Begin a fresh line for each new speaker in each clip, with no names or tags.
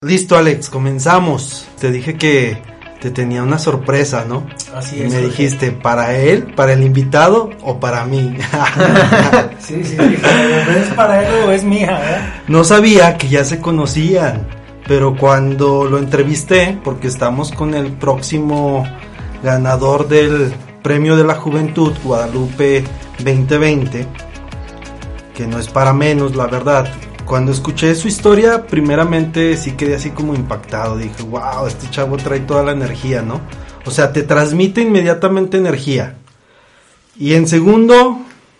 Listo, Alex, comenzamos. Te dije que te tenía una sorpresa, ¿no?
Así
y
es.
me dijiste, ¿para él, para el invitado o para mí?
Sí, ¿es para él o es mía, ¿verdad?
No sabía que ya se conocían, pero cuando lo entrevisté, porque estamos con el próximo ganador del Premio de la Juventud Guadalupe 2020, que no es para menos, la verdad. Cuando escuché su historia, primeramente sí quedé así como impactado. Dije, wow, este chavo trae toda la energía, ¿no? O sea, te transmite inmediatamente energía. Y en segundo,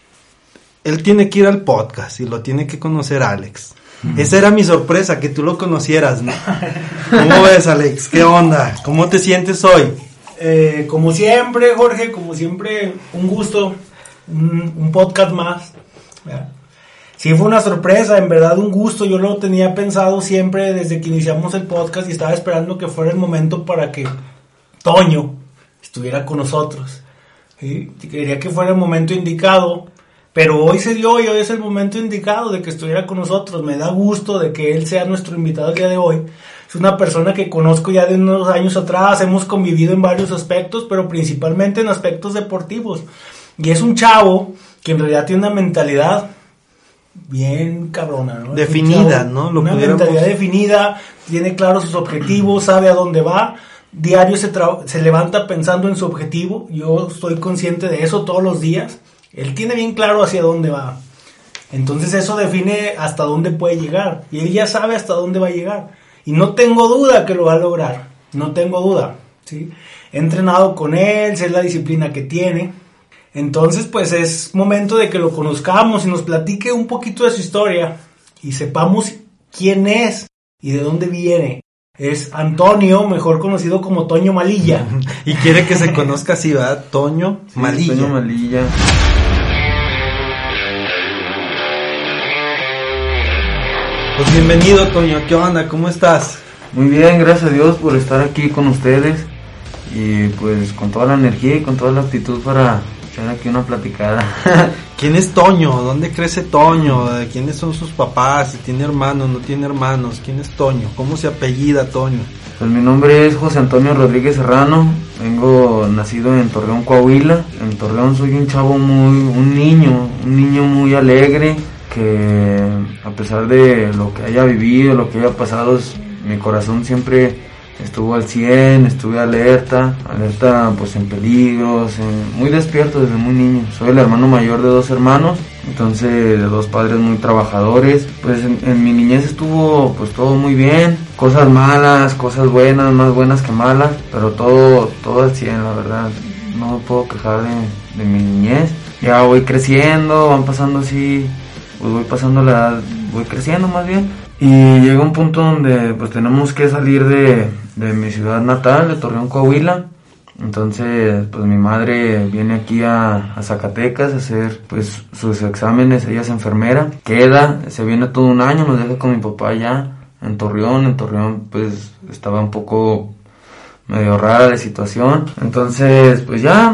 él tiene que ir al podcast y lo tiene que conocer Alex. Esa era mi sorpresa, que tú lo conocieras, ¿no? ¿Cómo ves, Alex? ¿Qué onda? ¿Cómo te sientes hoy?
Como siempre, Jorge, como siempre, un gusto, un podcast más, ¿verdad? Sí, fue una sorpresa, en verdad un gusto. Yo lo tenía pensado siempre desde que iniciamos el podcast y estaba esperando que fuera el momento para que Toño estuviera con nosotros, ¿sí? Quería que fuera el momento indicado, pero hoy se dio y hoy es el momento indicado de que estuviera con nosotros. Me da gusto de que él sea nuestro invitado el día de hoy. Es una persona que conozco ya de unos años atrás, hemos convivido en varios aspectos, pero principalmente en aspectos deportivos. Y es un chavo que en realidad tiene una mentalidad bien cabrona, ¿no?
Definida, ¿no?
Una mentalidad definida, tiene claros sus objetivos, sabe a dónde va, diario se levanta pensando en su objetivo. Yo estoy consciente de eso todos los días. Él tiene bien claro hacia dónde va, entonces eso define hasta dónde puede llegar, y él ya sabe hasta dónde va a llegar, y no tengo duda que lo va a lograr, no tengo duda, ¿sí? He entrenado con él, sé la disciplina que tiene. Entonces, pues es momento de que lo conozcamos y nos platique un poquito de su historia y sepamos quién es y de dónde viene. Es Antonio, mejor conocido como Toño Malilla.
Y quiere que se conozca así, ¿verdad? Toño Malilla.
Toño Malilla.
Pues bienvenido, Toño. ¿Qué onda? ¿Cómo estás?
Muy bien, gracias a Dios por estar aquí con ustedes y pues con toda la energía y con toda la actitud para echar aquí una platicada.
¿Quién es Toño? ¿Dónde crece Toño? ¿Quiénes son sus papás? Si tiene hermanos, no tiene hermanos. ¿Quién es Toño? ¿Cómo se apellida Toño?
Pues mi nombre es José Antonio Rodríguez Serrano. Vengo nacido en Torreón, Coahuila. En Torreón soy un chavo un niño muy alegre, que a pesar de lo que haya vivido, lo que haya pasado, mi corazón siempre estuvo al 100, estuve alerta pues en peligros, muy despierto desde muy niño. Soy el hermano mayor de 2 hermanos, entonces de 2 padres muy trabajadores. Pues en mi niñez estuvo pues todo muy bien, cosas malas, cosas buenas, más buenas que malas, pero todo al 100, la verdad. No me puedo quejar de mi niñez. Ya voy creciendo, van pasando así, pues voy pasando la edad, voy creciendo más bien. Y llega un punto donde pues tenemos que salir de mi ciudad natal, de Torreón, Coahuila. Entonces pues mi madre viene aquí a Zacatecas a hacer pues sus exámenes, ella es enfermera. Se viene todo un año, nos deja con mi papá allá en Torreón. En Torreón pues estaba un poco medio rara la situación. Entonces pues ya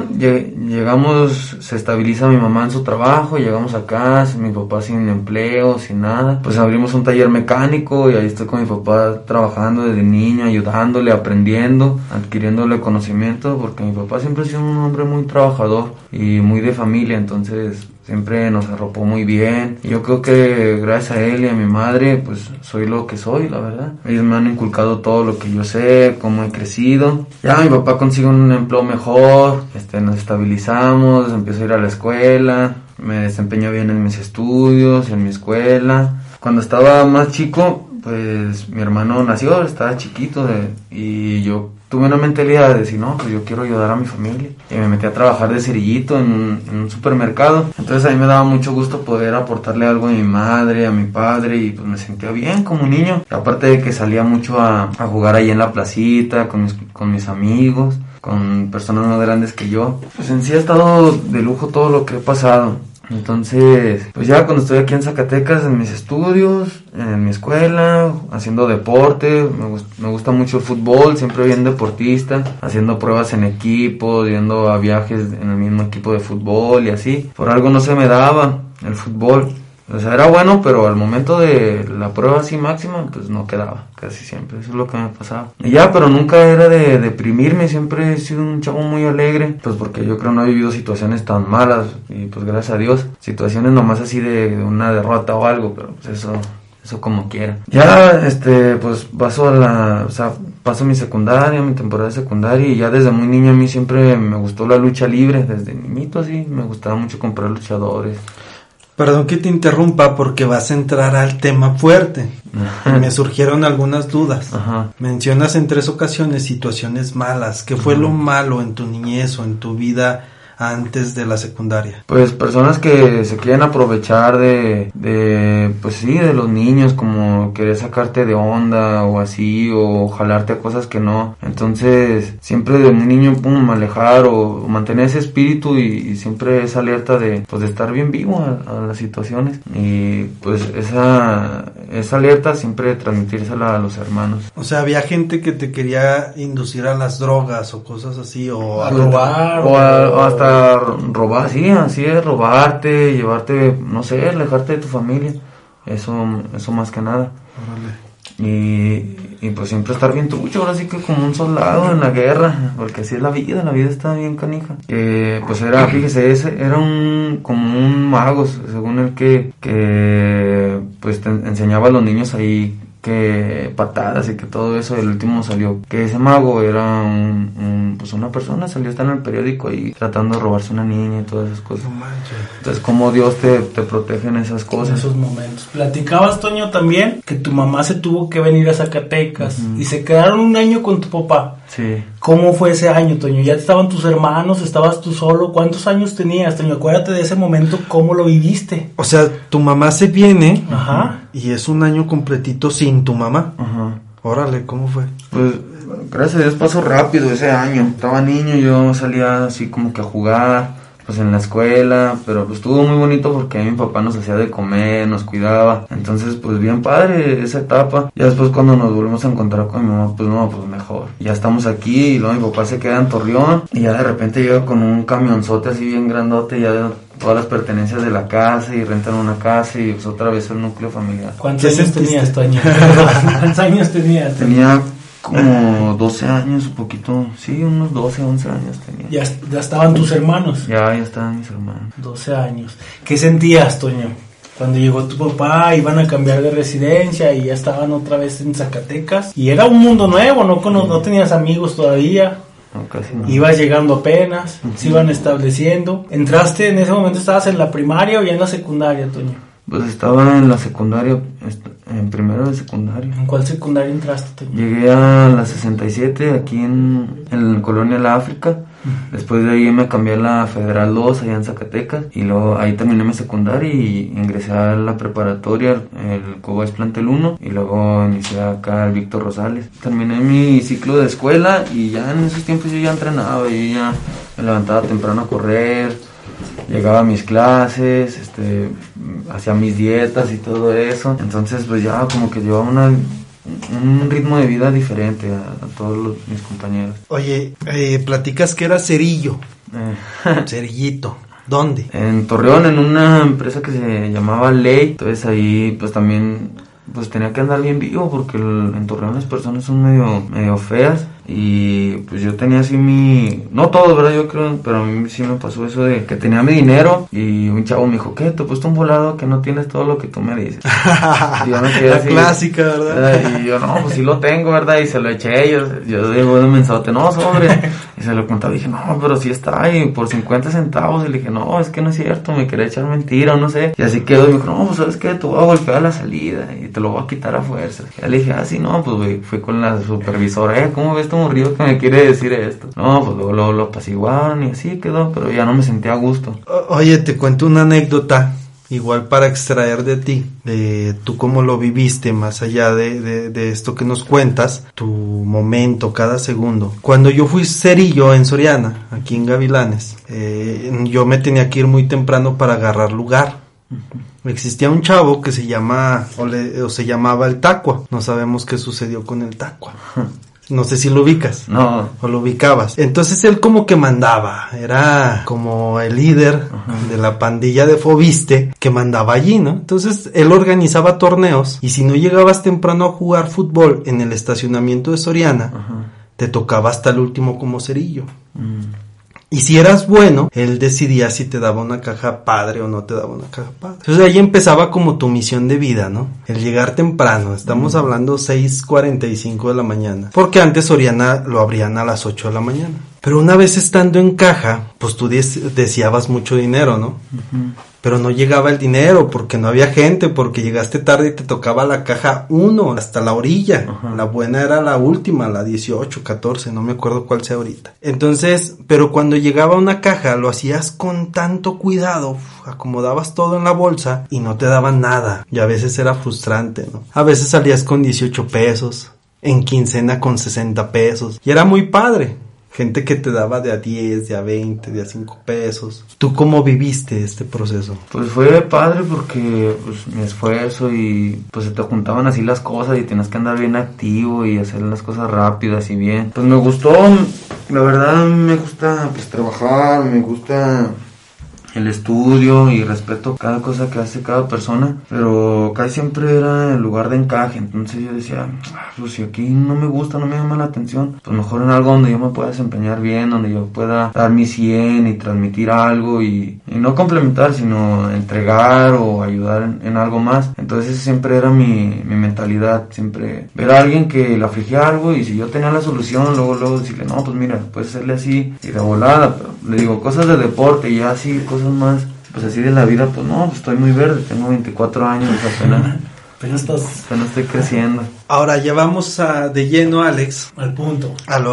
llegamos, se estabiliza mi mamá en su trabajo, llegamos acá, mi papá sin empleo, sin nada. Pues abrimos un taller mecánico y ahí estoy con mi papá trabajando desde niño, ayudándole, aprendiendo, adquiriéndole conocimiento, porque mi papá siempre ha sido un hombre muy trabajador y muy de familia, entonces siempre nos arropó muy bien. Y yo creo que gracias a él y a mi madre, pues soy lo que soy, la verdad. Ellos me han inculcado todo lo que yo sé, cómo he crecido. Ya mi papá consigue un empleo mejor, nos estabilizamos, empiezo a ir a la escuela, me desempeño bien en mis estudios, en mi escuela. Cuando estaba más chico, pues mi hermano nació, estaba chiquito y yo tuve una mentalidad de decir, no, pues yo quiero ayudar a mi familia. Y me metí a trabajar de cerillito en un supermercado. Entonces a mí me daba mucho gusto poder aportarle algo a mi madre, a mi padre, y pues me sentía bien como niño. Y aparte de que salía mucho a jugar ahí en la placita con mis amigos, con personas más grandes que yo. Pues en sí ha estado de lujo todo lo que he pasado. Entonces, pues ya cuando estoy aquí en Zacatecas, en mis estudios, en mi escuela, haciendo deporte, me gusta mucho el fútbol, siempre bien deportista, haciendo pruebas en equipo, yendo a viajes en el mismo equipo de fútbol y así. Por algo no se me daba el fútbol, O sea, era bueno, pero al momento de la prueba así máxima, pues no quedaba, casi siempre. Eso es lo que me pasaba. Y ya, pero nunca era de deprimirme, siempre he sido un chavo muy alegre, pues porque yo creo no he vivido situaciones tan malas, y pues gracias a Dios, situaciones nomás así de una derrota o algo, pero pues eso como quiera. Ya, pues paso mi secundaria, mi temporada de secundaria, y ya desde muy niño a mí siempre me gustó la lucha libre, desde niñito así, me gustaba mucho comprar luchadores.
Perdón que te interrumpa porque vas a entrar al tema fuerte. Me surgieron algunas dudas.
Ajá.
Mencionas en 3 ocasiones situaciones malas. ¿Qué fue lo malo en tu niñez o en tu vida antes de la secundaria?
Pues personas que se quieren aprovechar pues sí, de los niños, como querer sacarte de onda o así, o jalarte a cosas que no. Entonces, siempre de un niño, alejar o mantener ese espíritu y siempre esa alerta de estar bien vivo a las situaciones. Y pues esa alerta siempre transmitírsela a los hermanos.
O sea, había gente que te quería inducir a las drogas o cosas así, o
a robar,
o hasta robar, sí, así es, robarte, llevarte, no sé, alejarte de tu familia, eso más que nada. Y pues siempre estar bien trucho, ahora sí que como un soldado en la guerra, porque así es la vida está bien canija. Pues fíjese, era como un mago, según el que pues te enseñaba a los niños ahí que patadas y que todo eso. El último salió que ese mago era pues una persona, salió, está en el periódico ahí tratando de robarse una niña y todas esas cosas. Entonces, como Dios te protege en esas cosas,
en esos momentos. Platicabas, Toño, también que tu mamá se tuvo que venir a Zacatecas y se quedaron un año con tu papá.
Sí.
¿Cómo fue ese año, Toño? ¿Ya estaban tus hermanos? ¿Estabas tú solo? ¿Cuántos años tenías, Toño? Acuérdate de ese momento, ¿cómo lo viviste?
O sea, tu mamá se viene.
Ajá.
Y es un año completito sin tu mamá.
Ajá.
Órale, ¿cómo fue?
Pues gracias a Dios pasó rápido ese año. Estaba niño, yo salía así como que a jugar, pues en la escuela, pero pues estuvo muy bonito porque mi papá nos hacía de comer, nos cuidaba. Entonces pues bien padre esa etapa. Ya después cuando nos volvemos a encontrar con mi mamá, pues no, pues mejor. Ya estamos aquí y luego mi papá se queda en Torreón y ya de repente llega con un camionzote así bien grandote, ya todas las pertenencias de la casa y rentan una casa y pues otra vez el núcleo familiar.
¿Cuántos años tenías, Toño? ¿Cuántos años tenías?
Tenía como 12 años, un poquito, sí, unos 12, 11 años tenía.
¿Ya estaban tus hermanos?
Ya estaban mis hermanos.
12 años. ¿Qué sentías, Toño? Cuando llegó tu papá, iban a cambiar de residencia y ya estaban otra vez en Zacatecas. Y era un mundo nuevo, no tenías amigos todavía.
No, casi no.
Ibas llegando apenas, se iban estableciendo. ¿Entraste en ese momento, estabas en la primaria o ya en la secundaria, Toño?
Pues estaba en la secundaria, en primero de secundaria.
¿En cuál secundaria entraste, Toño?
Llegué a la 67 aquí en Colonia La África. Después de ahí me cambié a la Federal 2 allá en Zacatecas. Y luego ahí terminé mi secundaria y ingresé a la preparatoria, el Cobás Plantel 1. Y luego inicié acá el Víctor Rosales. Terminé mi ciclo de escuela y ya en esos tiempos yo ya entrenaba. Yo ya me levantaba temprano a correr, llegaba a mis clases, hacía mis dietas y todo eso. Entonces pues ya como que llevaba un ritmo de vida diferente a todos mis compañeros.
Oye, platicas que era cerillo. Cerillito. ¿Dónde?
En Torreón, en una empresa que se llamaba Ley. Entonces ahí pues también pues tenía que andar bien vivo porque en Torreón las personas son medio feas. Y pues yo tenía así no todo, ¿verdad? Yo creo, pero a mí sí me pasó eso de que tenía mi dinero y un chavo me dijo, ¿qué? Te he puesto un volado que no tienes todo lo que tú me dices. Y yo me quedé así,
clásica, ¿verdad?
Y yo, no, pues sí lo tengo, ¿verdad? Y se lo eché, yo de buen mensaje, no, sobre. Y se lo contaba, dije, no, pero sí está, y por 50 centavos. Y le dije, no, es que no es cierto, me quería echar mentira, o no sé. Y así quedó, y me dijo, no, pues sabes qué, te voy a golpear a la salida y te lo voy a quitar a fuerza. Y le dije, sí, no, pues güey, fui con la supervisora, ¿cómo ves tu morrido que me quiere decir esto? No, pues luego lo apaciguaron y así quedó, pero ya no me sentía a gusto.
Oye, te cuento una anécdota, igual para extraer de ti, de tú cómo lo viviste, más allá de esto que nos cuentas, tu momento, cada segundo. Cuando yo fui cerillo en Soriana, aquí en Gavilanes, yo me tenía que ir muy temprano para agarrar lugar. Existía un chavo que se llamaba el Tacua. No sabemos qué sucedió con el Tacua. No sé si lo ubicas.
No.
O lo ubicabas. Entonces él como que mandaba. Era como el líder de la pandilla de Fobiste que mandaba allí, ¿no? Entonces él organizaba torneos y si no llegabas temprano a jugar fútbol en el estacionamiento de Soriana, te tocaba hasta el último como cerillo. Y si eras bueno, él decidía si te daba una caja padre o no te daba una caja padre. Entonces ahí empezaba como tu misión de vida, ¿no? El llegar temprano, estamos hablando 6:45 de la mañana. Porque antes Soriana lo abrían a las 8 de la mañana. Pero una vez estando en caja, pues tú deseabas mucho dinero, ¿no? Pero no llegaba el dinero porque no había gente, porque llegaste tarde y te tocaba la caja 1 hasta la orilla. La buena era la última, la 18, 14, no me acuerdo cuál sea ahorita. Entonces, pero cuando llegaba una caja lo hacías con tanto cuidado, acomodabas todo en la bolsa y no te daban nada. Y a veces era frustrante, ¿no? A veces salías con 18 pesos, en quincena con 60 pesos y era muy padre. Gente que te daba de a 10, de a 20, de a 5 pesos. ¿Tú cómo viviste este proceso?
Pues fue padre porque pues mi esfuerzo y pues se te juntaban así las cosas y tenías que andar bien activo y hacer las cosas rápidas y bien. Pues me gustó, la verdad me gusta pues trabajar, me gusta el estudio y respeto cada cosa que hace cada persona, pero casi siempre era el lugar de encaje. Entonces yo decía, pues si aquí no me gusta, no me llama la atención, pues mejor en algo donde yo me pueda desempeñar bien, donde yo pueda dar mi 100 y transmitir algo y no complementar, sino entregar o ayudar en algo más. Entonces siempre era mi mentalidad, siempre ver a alguien que le afligía algo y si yo tenía la solución, luego decirle, no, pues mira, puedes hacerle así y de volada. Pero le digo, cosas de deporte y así, cosas más, pues así de la vida, pues no, pues estoy muy verde, tengo 24 años, apenas estoy creciendo.
Ahora ya vamos de lleno, Alex,
al punto,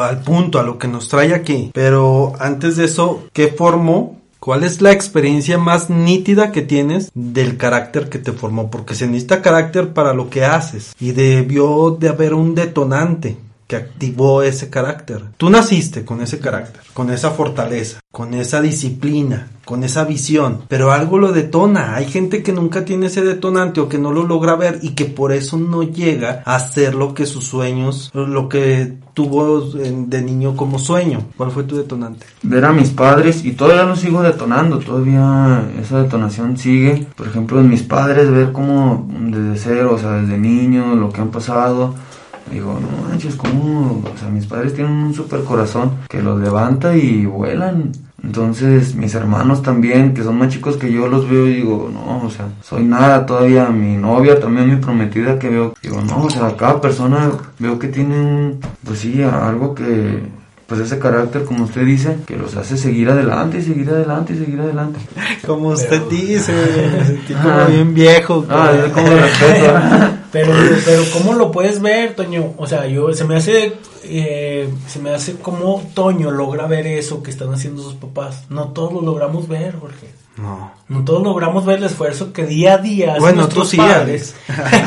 a lo que nos trae aquí. Pero antes de eso, ¿qué formó? ¿Cuál es la experiencia más nítida que tienes del carácter que te formó? Porque se necesita carácter para lo que haces y debió de haber un detonante que activó ese carácter. Tú naciste con ese carácter, con esa fortaleza, con esa disciplina, con esa visión, pero algo lo detona. Hay gente que nunca tiene ese detonante o que no lo logra ver y que por eso no llega a hacer lo que sus sueños, lo que tuvo de niño como sueño. ¿Cuál fue tu detonante?
Ver a mis padres, y todavía lo sigo detonando, todavía esa detonación sigue. Por ejemplo, en mis padres, ver cómo desde cero, o sea, desde niño, lo que han pasado. Digo, no manches, ¿cómo? O sea, mis padres tienen un super corazón que los levanta y vuelan. Entonces, mis hermanos también, que son más chicos que yo, los veo y digo, no, o sea, soy nada todavía. Mi novia, también mi prometida, que veo, digo, no, o sea, cada persona veo que tiene pues sí, algo que... Pues ese carácter, como usted dice, que los hace seguir adelante y seguir adelante y seguir adelante.
Como usted dice, me sentí como bien viejo.
Yo como respeto.
Pero ¿cómo lo puedes ver, Toño? O sea, se me hace como Toño logra ver eso que están haciendo sus papás. No todos lo logramos ver, Jorge. No todos logramos ver el esfuerzo que día a día hacen
bueno,
nuestros
tú sí,
padres.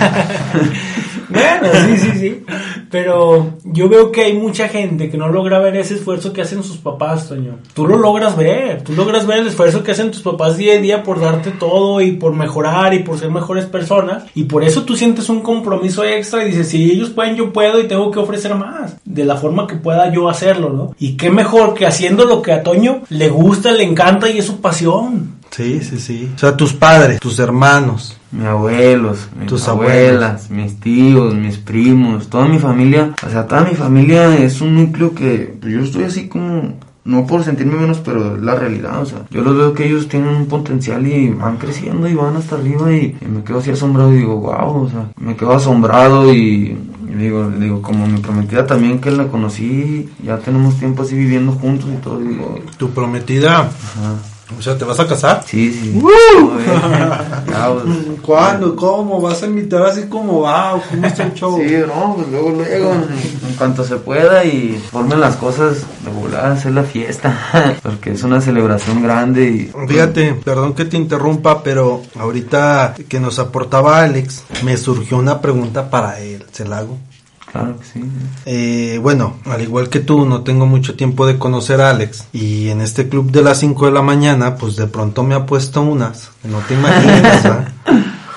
Bueno, sí. Pero yo veo que hay mucha gente que no logra ver ese esfuerzo que hacen sus papás, Toño. Tú lo logras ver. Tú logras ver el esfuerzo que hacen tus papás día a día por darte todo y por mejorar y por ser mejores personas. Y por eso tú sientes un compromiso extra y dices, si ellos pueden, yo puedo y tengo que ofrecer más. De la forma que pueda yo hacerlo, ¿no? Y qué mejor que haciendo lo que a Toño le gusta, le encanta y es su pasión.
Sí. O sea, tus padres, tus hermanos,
mis abuelos,
tus
abuelas, mis tíos, mis primos, toda mi familia. O sea, toda mi familia es un núcleo que yo estoy así como, no por sentirme menos, pero es la realidad. O sea, yo los veo que ellos tienen un potencial y van creciendo y van hasta arriba y me quedo así asombrado y digo, wow, o sea, me quedo asombrado y digo, como mi prometida también, que la conocí, ya tenemos tiempo así viviendo juntos y todo, digo.
¿Tu prometida?
Ajá.
O sea, ¿te vas a casar?
Sí.
¿Cuándo? ¿Cómo? ¿Vas a invitar así como va? ¿Cómo está el show?
Sí, no, pues luego, en cuanto se pueda y formen las cosas, de volar a hacer la fiesta, porque es una celebración grande y...
Fíjate, perdón que te interrumpa, pero ahorita que nos aportaba Alex, me surgió una pregunta para él, ¿se la hago?
Claro que sí.
Bueno, al igual que tú, no tengo mucho tiempo de conocer a Alex. Y en este club de las 5 de la mañana, pues de pronto me ha puesto unas que no te imaginas, ¿eh?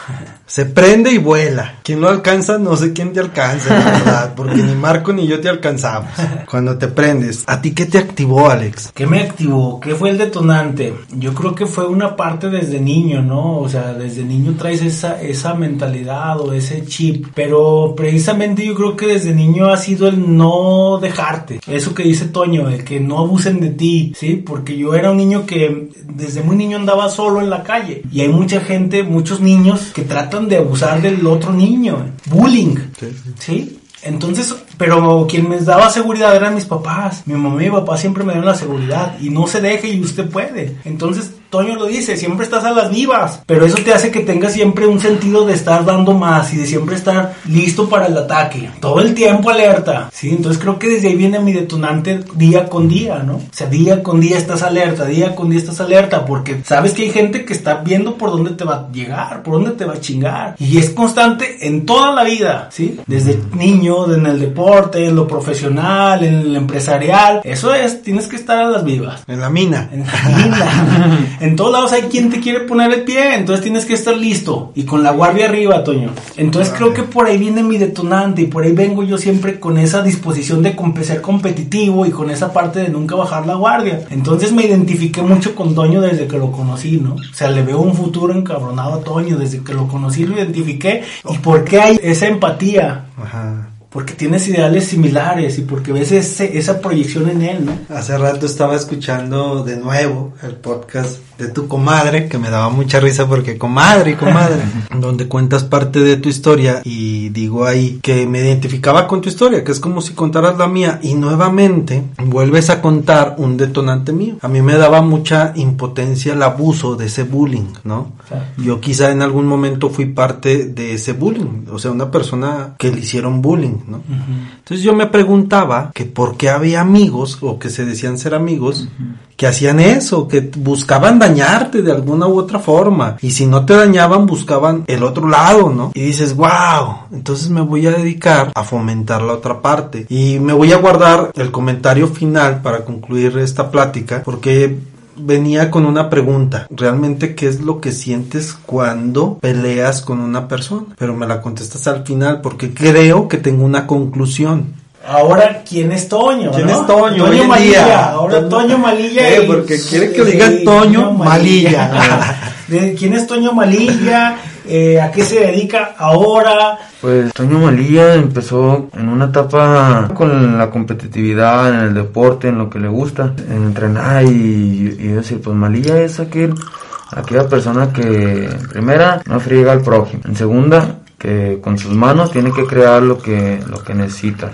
Se prende y vuela. Quien lo alcanza, no sé quién te alcanza, la verdad, porque ni Marco ni yo te alcanzamos. Cuando te prendes, ¿a ti qué te activó, Alex?
¿Qué me activó? ¿Qué fue el detonante? Yo creo que fue una parte desde niño, ¿no? O sea, desde niño traes esa mentalidad o ese chip, pero precisamente yo creo que desde niño ha sido el no dejarte. Eso que dice Toño, el que no abusen de ti, ¿sí? Porque yo era un niño que desde muy niño andaba solo en la calle y hay mucha gente, muchos niños que tratan de abusar del otro niño, bullying, ¿sí? Entonces, pero quien me daba seguridad eran mis papás. Mi mamá y mi papá siempre me dieron la seguridad y no se deje y usted puede. Entonces, Toño lo dice, siempre estás a las vivas, pero eso te hace que tengas siempre un sentido de estar dando más y de siempre estar listo para el ataque, todo el tiempo alerta, ¿sí? Entonces creo que desde ahí viene mi detonante día con día, ¿no? O sea, día con día estás alerta, día con día estás alerta, porque sabes que hay gente que está viendo por dónde te va a llegar, por dónde te va a chingar, y es constante en toda la vida, ¿sí? Desde niño, en el deporte, en lo profesional, en el empresarial, eso es, tienes que estar a las vivas.
En la mina.
En la mina. En todos lados hay quien te quiere poner el pie, entonces tienes que estar listo y con la guardia arriba, Toño. Entonces creo que por ahí viene mi detonante y por ahí vengo yo siempre con esa disposición de ser competitivo y con esa parte de nunca bajar la guardia. Entonces me identifiqué mucho con Toño desde que lo conocí, ¿no? O sea, le veo un futuro encabronado a Toño desde que lo conocí, lo identifiqué. ¿Y por qué hay esa empatía?
Ajá.
Porque tienes ideales similares y porque ves esa proyección en él, ¿no?
Hace rato estaba escuchando de nuevo el podcast de tu comadre, que me daba mucha risa porque comadre, donde cuentas parte de tu historia y digo ahí que me identificaba con tu historia, que es como si contaras la mía y nuevamente vuelves a contar un detonante mío. A mí me daba mucha impotencia el abuso de ese bullying, ¿no? Yo quizá en algún momento fui parte de ese bullying, o sea, una persona que le hicieron bullying, ¿no? Uh-huh. Entonces yo me preguntaba que por qué había amigos o que se decían ser amigos que hacían eso, que buscaban dañarte de alguna u otra forma y si no te dañaban buscaban el otro lado, ¿no? Y dices, wow, entonces me voy a dedicar a fomentar la otra parte y me voy a guardar el comentario final para concluir esta plática porque venía con una pregunta, realmente qué es lo que sientes cuando peleas con una persona, pero me la contestas al final porque creo que tengo una conclusión.
Ahora, ¿quién es Toño?
¿Quién
¿no?
es Toño?
Toño Malilla. Ahora Toño Malilla.
Porque quiere que le digan Toño Malilla.
¿Quién es Toño Malilla? ¿A qué se dedica ahora?
Pues Toño Malilla empezó en una etapa con la competitividad, en el deporte, en lo que le gusta, en entrenar y decir, pues Malilla es aquella persona que, en primera, no friega al prójimo, en segunda, que con sus manos tiene que crear lo que necesita,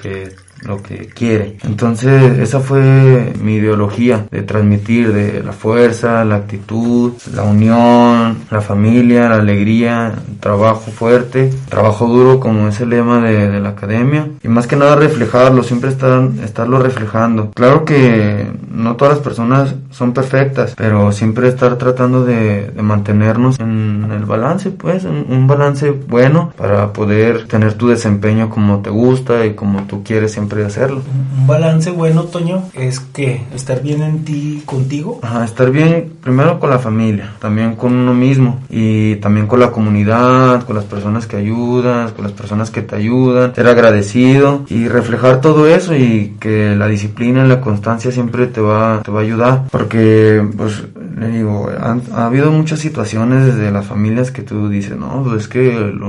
lo que quiere. Entonces esa fue mi ideología de transmitir de la fuerza, la actitud, la unión, la familia, la alegría, trabajo fuerte, trabajo duro como es el lema de la academia y más que nada reflejarlo, siempre estarlo reflejando. Claro que no todas las personas son perfectas, pero siempre estar tratando de mantenernos en el balance, pues un balance bueno para poder tener tu desempeño como te gusta y como tú quieres siempre de hacerlo.
Un balance bueno, Toño, es que estar bien en ti, contigo.
Ajá, estar bien primero con la familia, también con uno mismo y también con la comunidad, con las personas que ayudas, con las personas que te ayudan, ser agradecido y reflejar todo eso y que la disciplina y la constancia siempre te va a ayudar, porque pues le digo, ha habido muchas situaciones desde las familias que tú dices, no, pues es que lo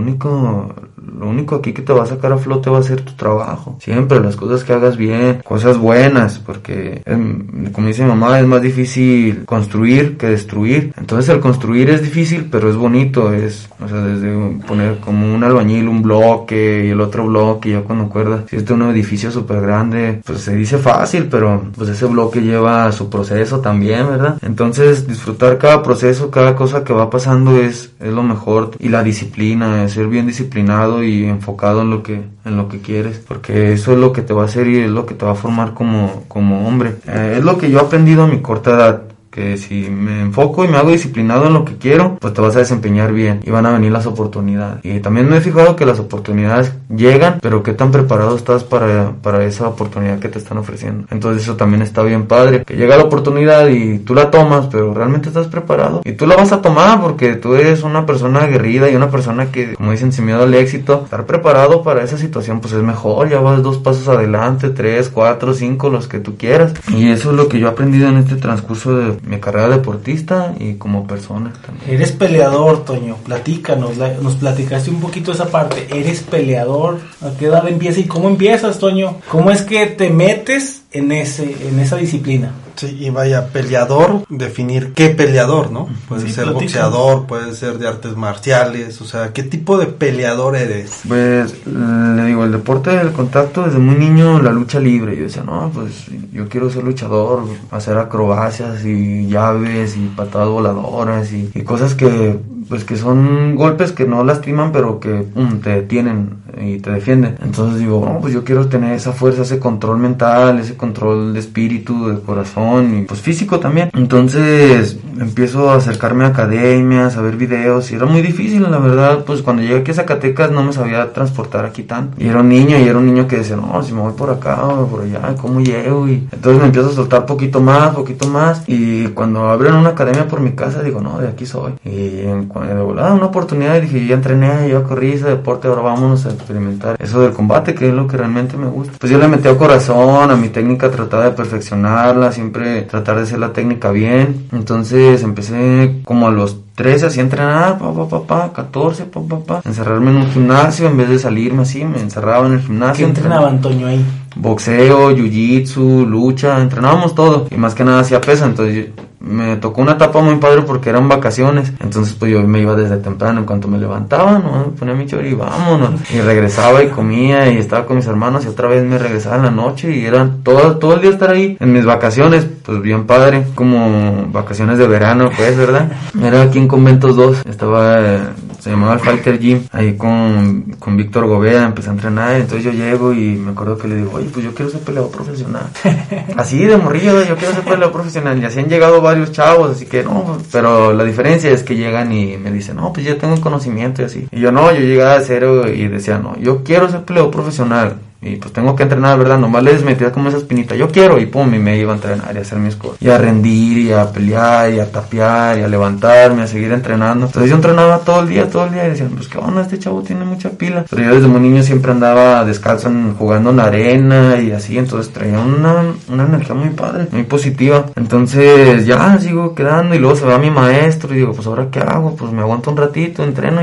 único aquí que te va a sacar a flote va a ser tu trabajo. Siempre las cosas que hagas bien, cosas buenas, porque como dice mi mamá, es más difícil construir que destruir. Entonces el construir es difícil, pero es bonito, o sea, desde poner como un albañil, un bloque y el otro bloque, y ya cuando acuerdas, si es un edificio súper grande, pues se dice fácil, pero pues ese bloque lleva su proceso también, ¿verdad? Entonces disfrutar cada proceso, cada cosa que va pasando es lo mejor, y la disciplina, ser bien disciplinado y enfocado en lo que quieres, porque eso es lo que te va a hacer y es lo que te va a formar como hombre. Es lo que yo he aprendido a mi corta edad, que si me enfoco y me hago disciplinado en lo que quiero, pues te vas a desempeñar bien y van a venir las oportunidades. Y también me he fijado que las oportunidades llegan, pero qué tan preparado estás para esa oportunidad que te están ofreciendo. Entonces eso también está bien padre, que llega la oportunidad y tú la tomas, pero realmente estás preparado y tú la vas a tomar porque tú eres una persona aguerrida y una persona que, como dicen, sin miedo al éxito. Estar preparado para esa situación pues es mejor, ya vas 2 pasos adelante, 3, 4, 5, los que tú quieras. Y eso es lo que yo he aprendido en este transcurso de mi carrera deportista y como persona también.
Eres peleador, Toño, platícanos, nos platicaste un poquito esa parte. Eres peleador, ¿a qué edad empieza y cómo empiezas, Toño? ¿Cómo es que te metes en esa disciplina?
Sí, y vaya, peleador, definir qué peleador, ¿no? Puede ser boxeador, puede ser de artes marciales, o sea, ¿qué tipo de peleador eres?
Pues, le digo, el deporte del contacto, desde muy niño, la lucha libre. Yo decía, no, pues, yo quiero ser luchador, hacer acrobacias y llaves y patadas voladoras y cosas que, pues, que son golpes que no lastiman, pero que, te detienen y te defienden. Entonces digo, no, pues yo quiero tener esa fuerza, ese control mental, ese control de espíritu, de corazón y pues físico también. Entonces empiezo a acercarme a academias, a ver videos y era muy difícil, la verdad. Pues cuando llegué aquí a Zacatecas no me sabía transportar aquí tanto y era un niño que decía, no, si me voy por acá o por allá, ¿cómo llego? Y entonces me empiezo a soltar poquito más y cuando abren una academia por mi casa digo, no, de aquí soy. Y de volada una oportunidad dije, ya entrené, ya corrí ese deporte, ahora vámonos a experimentar eso del combate, que es lo que realmente me gusta. Pues yo le metí a corazón a mi técnica, trataba de perfeccionarla, siempre tratar de hacer la técnica bien. Entonces empecé como a los 13 así a entrenar, 14, encerrarme en un gimnasio en vez de salirme así, me encerraba en el gimnasio.
¿Qué entrenaba Antonio ahí?
Boxeo, jiu-jitsu, lucha, entrenábamos todo y más que nada hacía pesa. Entonces me tocó una etapa muy padre porque eran vacaciones, entonces pues yo me iba desde temprano, en cuanto me levantaba, ¿no? Me ponía mi chori y vámonos, y regresaba y comía y estaba con mis hermanos y otra vez me regresaba en la noche y era todo el día estar ahí en mis vacaciones, pues bien padre, como vacaciones de verano pues, ¿verdad? Era aquí en Conventos 2, se llamaba el Fighter Gym, ahí con Víctor Gobea, empecé a entrenar, entonces yo llego y me acuerdo que le digo, oye, pues yo quiero ser peleador profesional, así de morrillo, yo quiero ser peleador profesional, y así han llegado varios chavos, así que no, pero la diferencia es que llegan y me dicen, no, pues yo tengo conocimiento y así, y yo no, yo llegaba de cero y decía, no, yo quiero ser peleador profesional, y pues tengo que entrenar, ¿verdad? Nomás les metía como esa espinita, yo quiero, y pum, y me iba a entrenar y a hacer mis cosas, y a rendir, y a pelear, y a tapear, y a levantarme, a seguir entrenando. Entonces yo entrenaba todo el día, y decían, pues qué onda, este chavo tiene mucha pila. Pero yo desde muy niño siempre andaba descalzo jugando en la arena, y así, entonces traía una energía muy padre, muy positiva. Entonces ya sigo quedando, y luego se va mi maestro, y digo, pues ahora qué hago, pues me aguanto un ratito, entreno.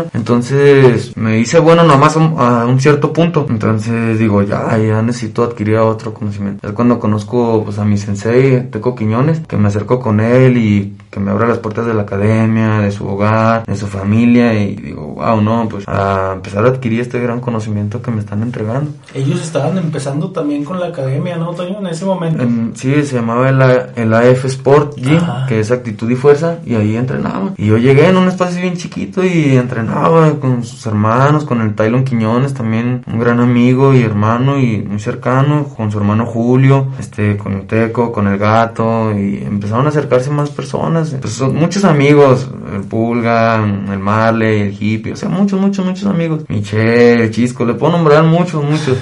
Entonces me hice bueno nomás a un cierto punto, entonces digo, ya necesito adquirir otro conocimiento. Es cuando conozco pues a mi sensei, Teco Quiñones, que me acerco con él y que me abre las puertas de la academia, de su hogar, de su familia, y digo, wow, no, pues a empezar a adquirir este gran conocimiento que me están entregando.
Ellos estaban empezando también con la academia, ¿no, Toño? En ese momento.
Sí, se llamaba el AF Sport Gym, que es actitud y fuerza, y ahí entrenaba. Y yo llegué en un espacio bien chiquito y entrenaba con sus hermanos, con el Tylon Quiñones, también un gran amigo y hermano y muy cercano, con su hermano Julio, con el Teco, con el Gato, y empezaron a acercarse más personas, pues son muchos amigos, el Pulga, el Marley, el Hippie, o sea, muchos amigos, Michelle, el Chisco, le puedo nombrar muchos.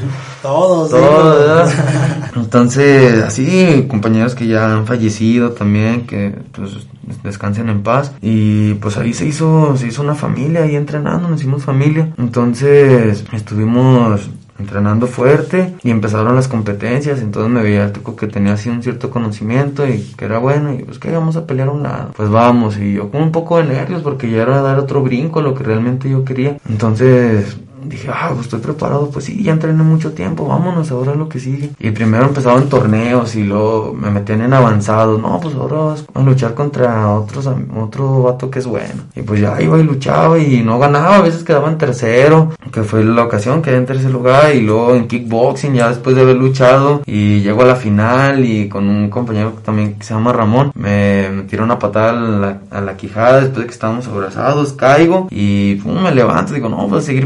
Todos,
¿verdad? Entonces, así, compañeros que ya han fallecido también, que pues descansen en paz, y pues ahí se hizo una familia, ahí entrenando, nos hicimos familia. Entonces estuvimos entrenando fuerte y empezaron las competencias, entonces me veía el Teco que tenía así un cierto conocimiento y que era bueno, y pues que vamos a pelear a un lado, pues vamos, y yo con un poco de nervios porque ya era dar otro brinco a lo que realmente yo quería. Entonces dije, pues estoy preparado, pues sí, ya entrené mucho tiempo, vámonos, ahora lo que sigue. Y primero empezaba en torneos y luego me metían en avanzados, no, pues ahora vas a luchar contra otro vato que es bueno. Y pues ya iba y luchaba y no ganaba, a veces quedaba en tercero, que fue la ocasión, quedé en tercer lugar, y luego en kickboxing, ya después de haber luchado, y llego a la final y con un compañero también que se llama Ramón, me tiró una patada a la quijada después de que estábamos abrazados, caigo y me levanto, digo, no, pues a seguir peleando.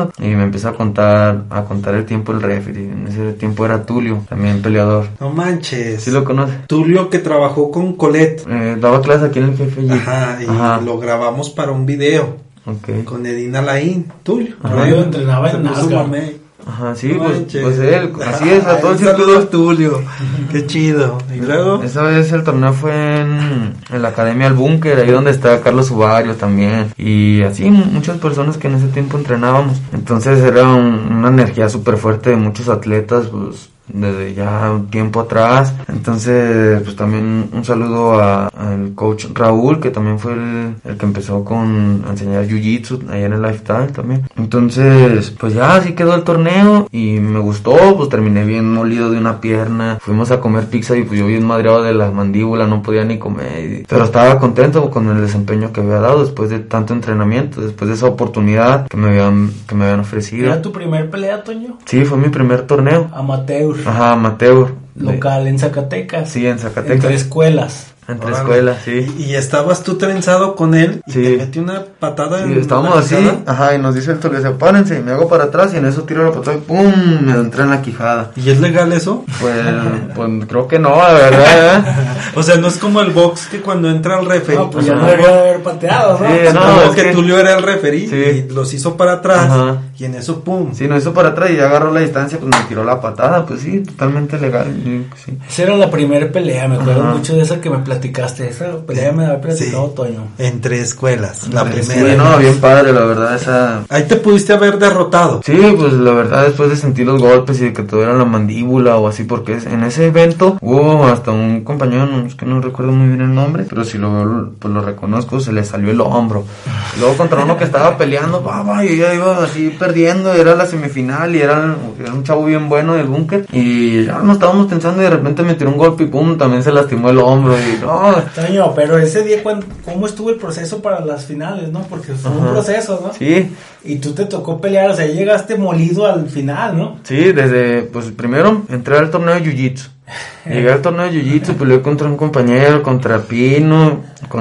entrenando, y me empieza a contar el tiempo el referee. En ese tiempo era Tulio, también peleador.
No manches.
¿Sí lo conoces?
Tulio, que trabajó con Colette.
Daba clases aquí en el Jefe.
Ajá, y lo grabamos para un video.
Okay.
Con Edina Laín, Tulio.
Yo entrenaba en NASCAR.
Ajá, sí,
No
pues él,
manches.
así es, a todo el
Saludos,
círculo.
Tulio. Qué chido. Y luego,
Esa vez el torneo fue en la Academia El Búnker, ahí donde está Carlos Ubario también. Y así, muchas personas que en ese tiempo entrenábamos. Entonces era una energía súper fuerte de muchos atletas, pues desde ya un tiempo atrás. Entonces, pues también un saludo al coach Raúl, que también fue el que empezó a enseñar Jiu-Jitsu allá en el Lifestyle también. Entonces, pues ya así quedó el torneo y me gustó, pues terminé bien molido de una pierna. Fuimos a comer pizza y pues yo bien madreado de la mandíbula, no podía ni comer. Pero estaba contento con el desempeño que había dado después de tanto entrenamiento, después de esa oportunidad que me habían ofrecido.
¿Era tu primer pelea, Toño?
Sí, fue mi primer torneo.
Amateur.
Ajá, amateur.
Local en Zacatecas.
Sí, en Zacatecas.
Entre escuelas.
Entre escuelas, sí.
y estabas tú trenzado con él y
Sí.
te metió una patada en
Y estábamos
la
así,
quijada.
ajá, y nos dice el Tulio, sepárense, y me hago para atrás y en eso tiro la patada y ¡pum! Me entré en la quijada.
¿Y es legal eso?
Pues creo que no, la verdad, ¿eh?
O sea, no es como el box que cuando entra el referee.
No, pues ya
Ajá.
no debería de haber pateado, ¿no?
Sí, no,
Supongo
es
que
que-
Tulio era el referee
Sí.
y los hizo para atrás.
Ajá.
Y en eso, pum.
Sí, nos hizo para atrás y ya agarró la distancia, pues me tiró la patada, pues sí, totalmente legal, sí.
Esa era la primera pelea, me acuerdo
Ajá.
mucho de esa que me platicaste. Esa pelea me había platicado Toño.
Entre escuelas, la
Sí,
primera.
no, bien padre, la verdad, esa...
Ahí te pudiste haber derrotado.
Sí, pues la verdad después de sentir los golpes y de que te dieran la mandíbula o así, porque en ese evento hubo hasta un compañero, no, es que no recuerdo muy bien el nombre, pero si lo veo, pues lo reconozco, se le salió el hombro. Y luego contra uno que estaba peleando, y ella iba así perdiendo, era la semifinal y era un chavo bien bueno del Búnker y ya nos estábamos tensando y de repente me tiró un golpe y pum, también se lastimó el hombro y no...
Toño, pero ese día, ¿cómo estuvo el proceso para las finales, no? Porque fue un
Ajá.
proceso, ¿no?
Sí,
Y tú te tocó pelear, o sea, llegaste molido al final, ¿no?
sí, pues primero entré al torneo de Jiu-Jitsu. Llegué al torneo de Jiu-Jitsu, peleé contra un compañero, contra Pino,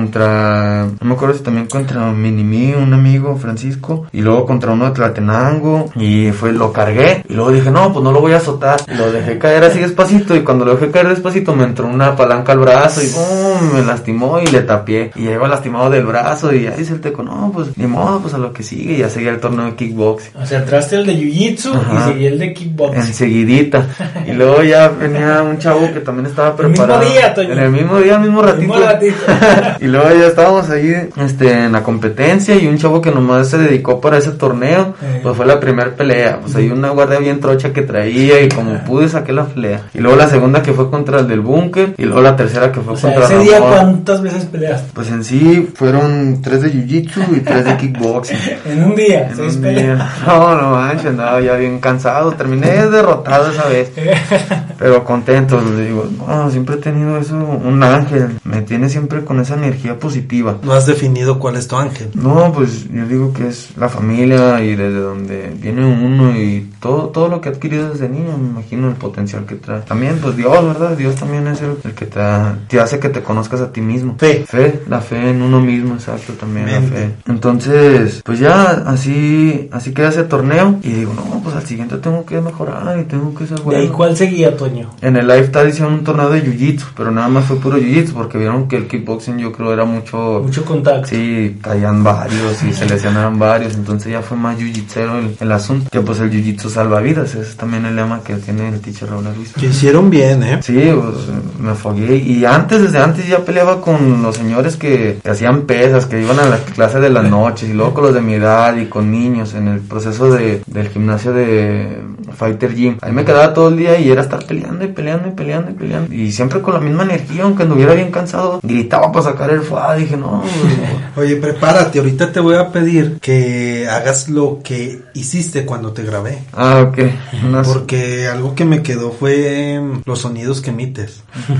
no me acuerdo si también contra Minimi, un amigo, Francisco, y luego contra uno de Tlatenango, y lo cargué, y luego dije, no, pues no lo voy a azotar, y lo dejé caer así despacito, y cuando lo dejé caer despacito me entró una palanca al brazo, y ¡pum! Me lastimó y le tapié, y ya iba lastimado del brazo, y ahí dice el teco, no, pues ni modo, pues a lo que sigue, y ya seguía el torneo de kickboxing.
O sea, entraste el de Jiu-Jitsu y
Ajá.
seguí el de kickboxing.
Enseguidita. Y luego ya venía un chavo que también estaba
El mismo
preparado.
día, Toño.
En el mismo día, el mismo ratito.
mismo ratito.
Y luego ya estábamos ahí en la competencia y un chavo que nomás se dedicó para ese torneo, pues fue la primera pelea. Pues ahí una guardia bien trocha que traía y como pude saqué la pelea. Y luego la segunda que fue contra el del Búnker y luego la tercera que fue
O sea,
contra
ese día,
Ramón.
¿cuántas veces peleaste?
Pues en sí fueron 3 de Jiu-Jitsu y 3 de kickboxing.
En un día,
En
6
un
peleas.
día. No manches, andaba ya bien cansado. Terminé derrotado esa vez. Pero contento, le digo, no, siempre he tenido eso, un ángel. Me tiene siempre con esa energía positiva.
No has definido cuál es tu ángel.
No, pues yo digo que es la familia y desde donde viene uno y todo lo que ha adquirido desde niño, me imagino el potencial que trae. También, pues Dios, ¿verdad? Dios también es el que te hace que te conozcas a ti mismo.
Fe.
La fe en uno mismo, exacto, también
Mente.
la fe. Entonces, pues ya así queda ese torneo y digo, no, pues al siguiente tengo que mejorar y tengo que ser
¿De
bueno.
ahí cuál seguía, Toño?
En el Lifestyle hicieron un torneo de Jiu-Jitsu, pero nada más fue puro Jiu-Jitsu porque vieron que el kickboxing yo creo era mucho
Contacto.
Sí, caían varios y se lesionaban varios, entonces ya fue más jiu-jitsero el asunto. Que pues el jiu-jitsu salva vidas, ese es también el lema que tiene el teacher Raúl Luis.
Que hicieron bien, ¿eh?
Sí, pues me fogué y desde antes ya peleaba con los señores que hacían pesas, que iban a las clases de las noches y luego con los de mi edad y con niños en el proceso del gimnasio de Fighter Gym. Ahí me quedaba todo el día y era estar peleando y peleando y peleando y peleando y siempre con la misma energía, aunque anduviera bien cansado, gritaba para sacar el fuá, dije no.
Oye, prepárate, ahorita te voy a pedir que hagas lo que hiciste cuando te grabé.
Ah, ok.
Porque algo que me quedó fue los sonidos que emites.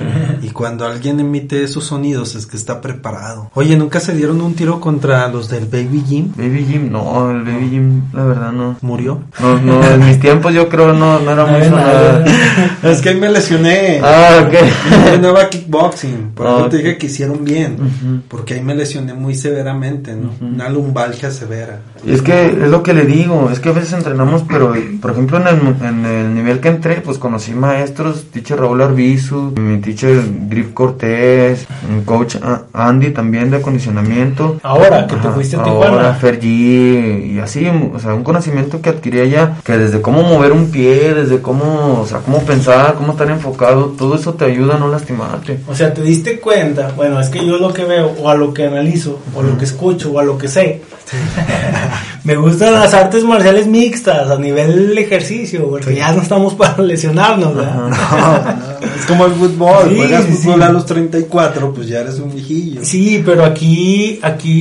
Y cuando alguien emite esos sonidos es que está preparado. Oye, ¿nunca se dieron un tiro contra los del Baby Gym?
Baby Gym, no, el Baby Gym, la verdad no.
¿Murió?
No, en mis tiempos yo yo creo no era muy sonada.
Es que ahí me lesioné.
Ah, ok.
Yo entrenaba kickboxing, por eso te
Ok.
dije que hicieron bien,
Ujú.
porque ahí me lesioné muy severamente, ¿no?
Ujú.
Una lumbalgia severa.
Y es que es lo que le digo, es que a veces entrenamos, pero por ejemplo en el nivel que entré, pues conocí maestros, teacher Raúl Arbizu, mi teacher Grif Cortés, un coach Andy también de acondicionamiento.
Ahora que te fuiste a Tijuana.
Ahora Fer G, y así, o sea, un conocimiento que adquirí allá, que desde cómo mover un pie, desde cómo, o sea, cómo pensar, cómo estar enfocado, todo eso te ayuda a no lastimarte.
O sea, te diste cuenta, bueno, es que yo lo que veo, o a lo que analizo, o lo que escucho, o a lo que sé, me gustan las artes marciales mixtas a nivel ejercicio, porque ya no estamos para lesionarnos, ¿verdad?
No, es como el fútbol,
Sí,
juegas
sí,
fútbol
sí.
a los 34, pues ya eres un viejillo.
Sí, pero aquí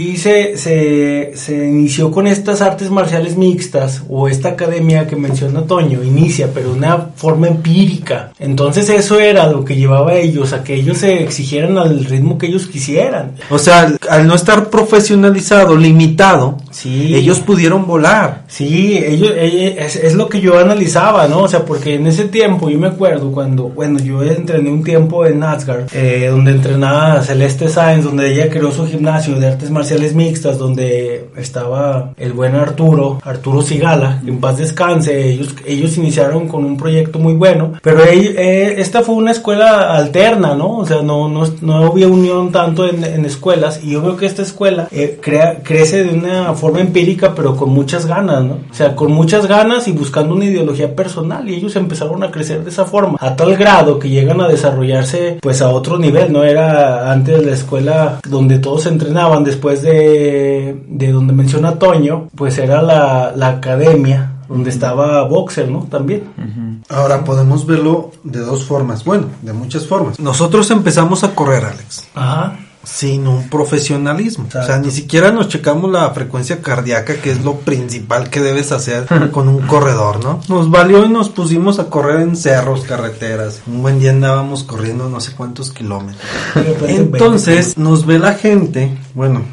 se inició con estas artes marciales mixtas, o esta academia que menciona Toño, inicia, pero de una forma empírica. Entonces eso era lo que llevaba a ellos, a que ellos se exigieran al ritmo que ellos quisieran.
O sea, al no estar profesionalizado, limitado,
Sí.
ellos pudieron volar.
Sí, es lo que yo analizaba, ¿no? O sea, porque en ese tiempo yo me acuerdo cuando, bueno, yo entrené un tiempo en Asgard, donde entrenaba Celeste Sáenz, donde ella creó su gimnasio de artes marciales mixtas, donde estaba el buen Arturo Sigala, que en paz descanse. Ellos iniciaron con un proyecto muy bueno, pero esta fue una escuela alterna, ¿no? O sea, no había unión tanto en escuelas, y yo veo que esta escuela crece de una forma empírica, pero con muchas ganas, ¿no? O sea, con muchas ganas y buscando una ideología personal, y ellos empezaron a crecer de esa forma, a tal grado que llegan a desarrollarse pues a otro nivel, ¿no? Era antes la escuela donde todos entrenaban, después de donde menciona Toño, pues era la academia donde estaba Boxer, ¿no? También.
Ahora podemos verlo de dos formas, bueno, de muchas formas. Nosotros empezamos a correr, Alex,
Ajá.
sin un profesionalismo.
Exacto.
O sea, ni siquiera nos checamos la frecuencia cardíaca, que es lo principal que debes hacer con un corredor, ¿no? Nos valió y nos pusimos a correr en cerros, carreteras. Un buen día andábamos corriendo no sé cuántos kilómetros. Entonces nos ve la gente, bueno,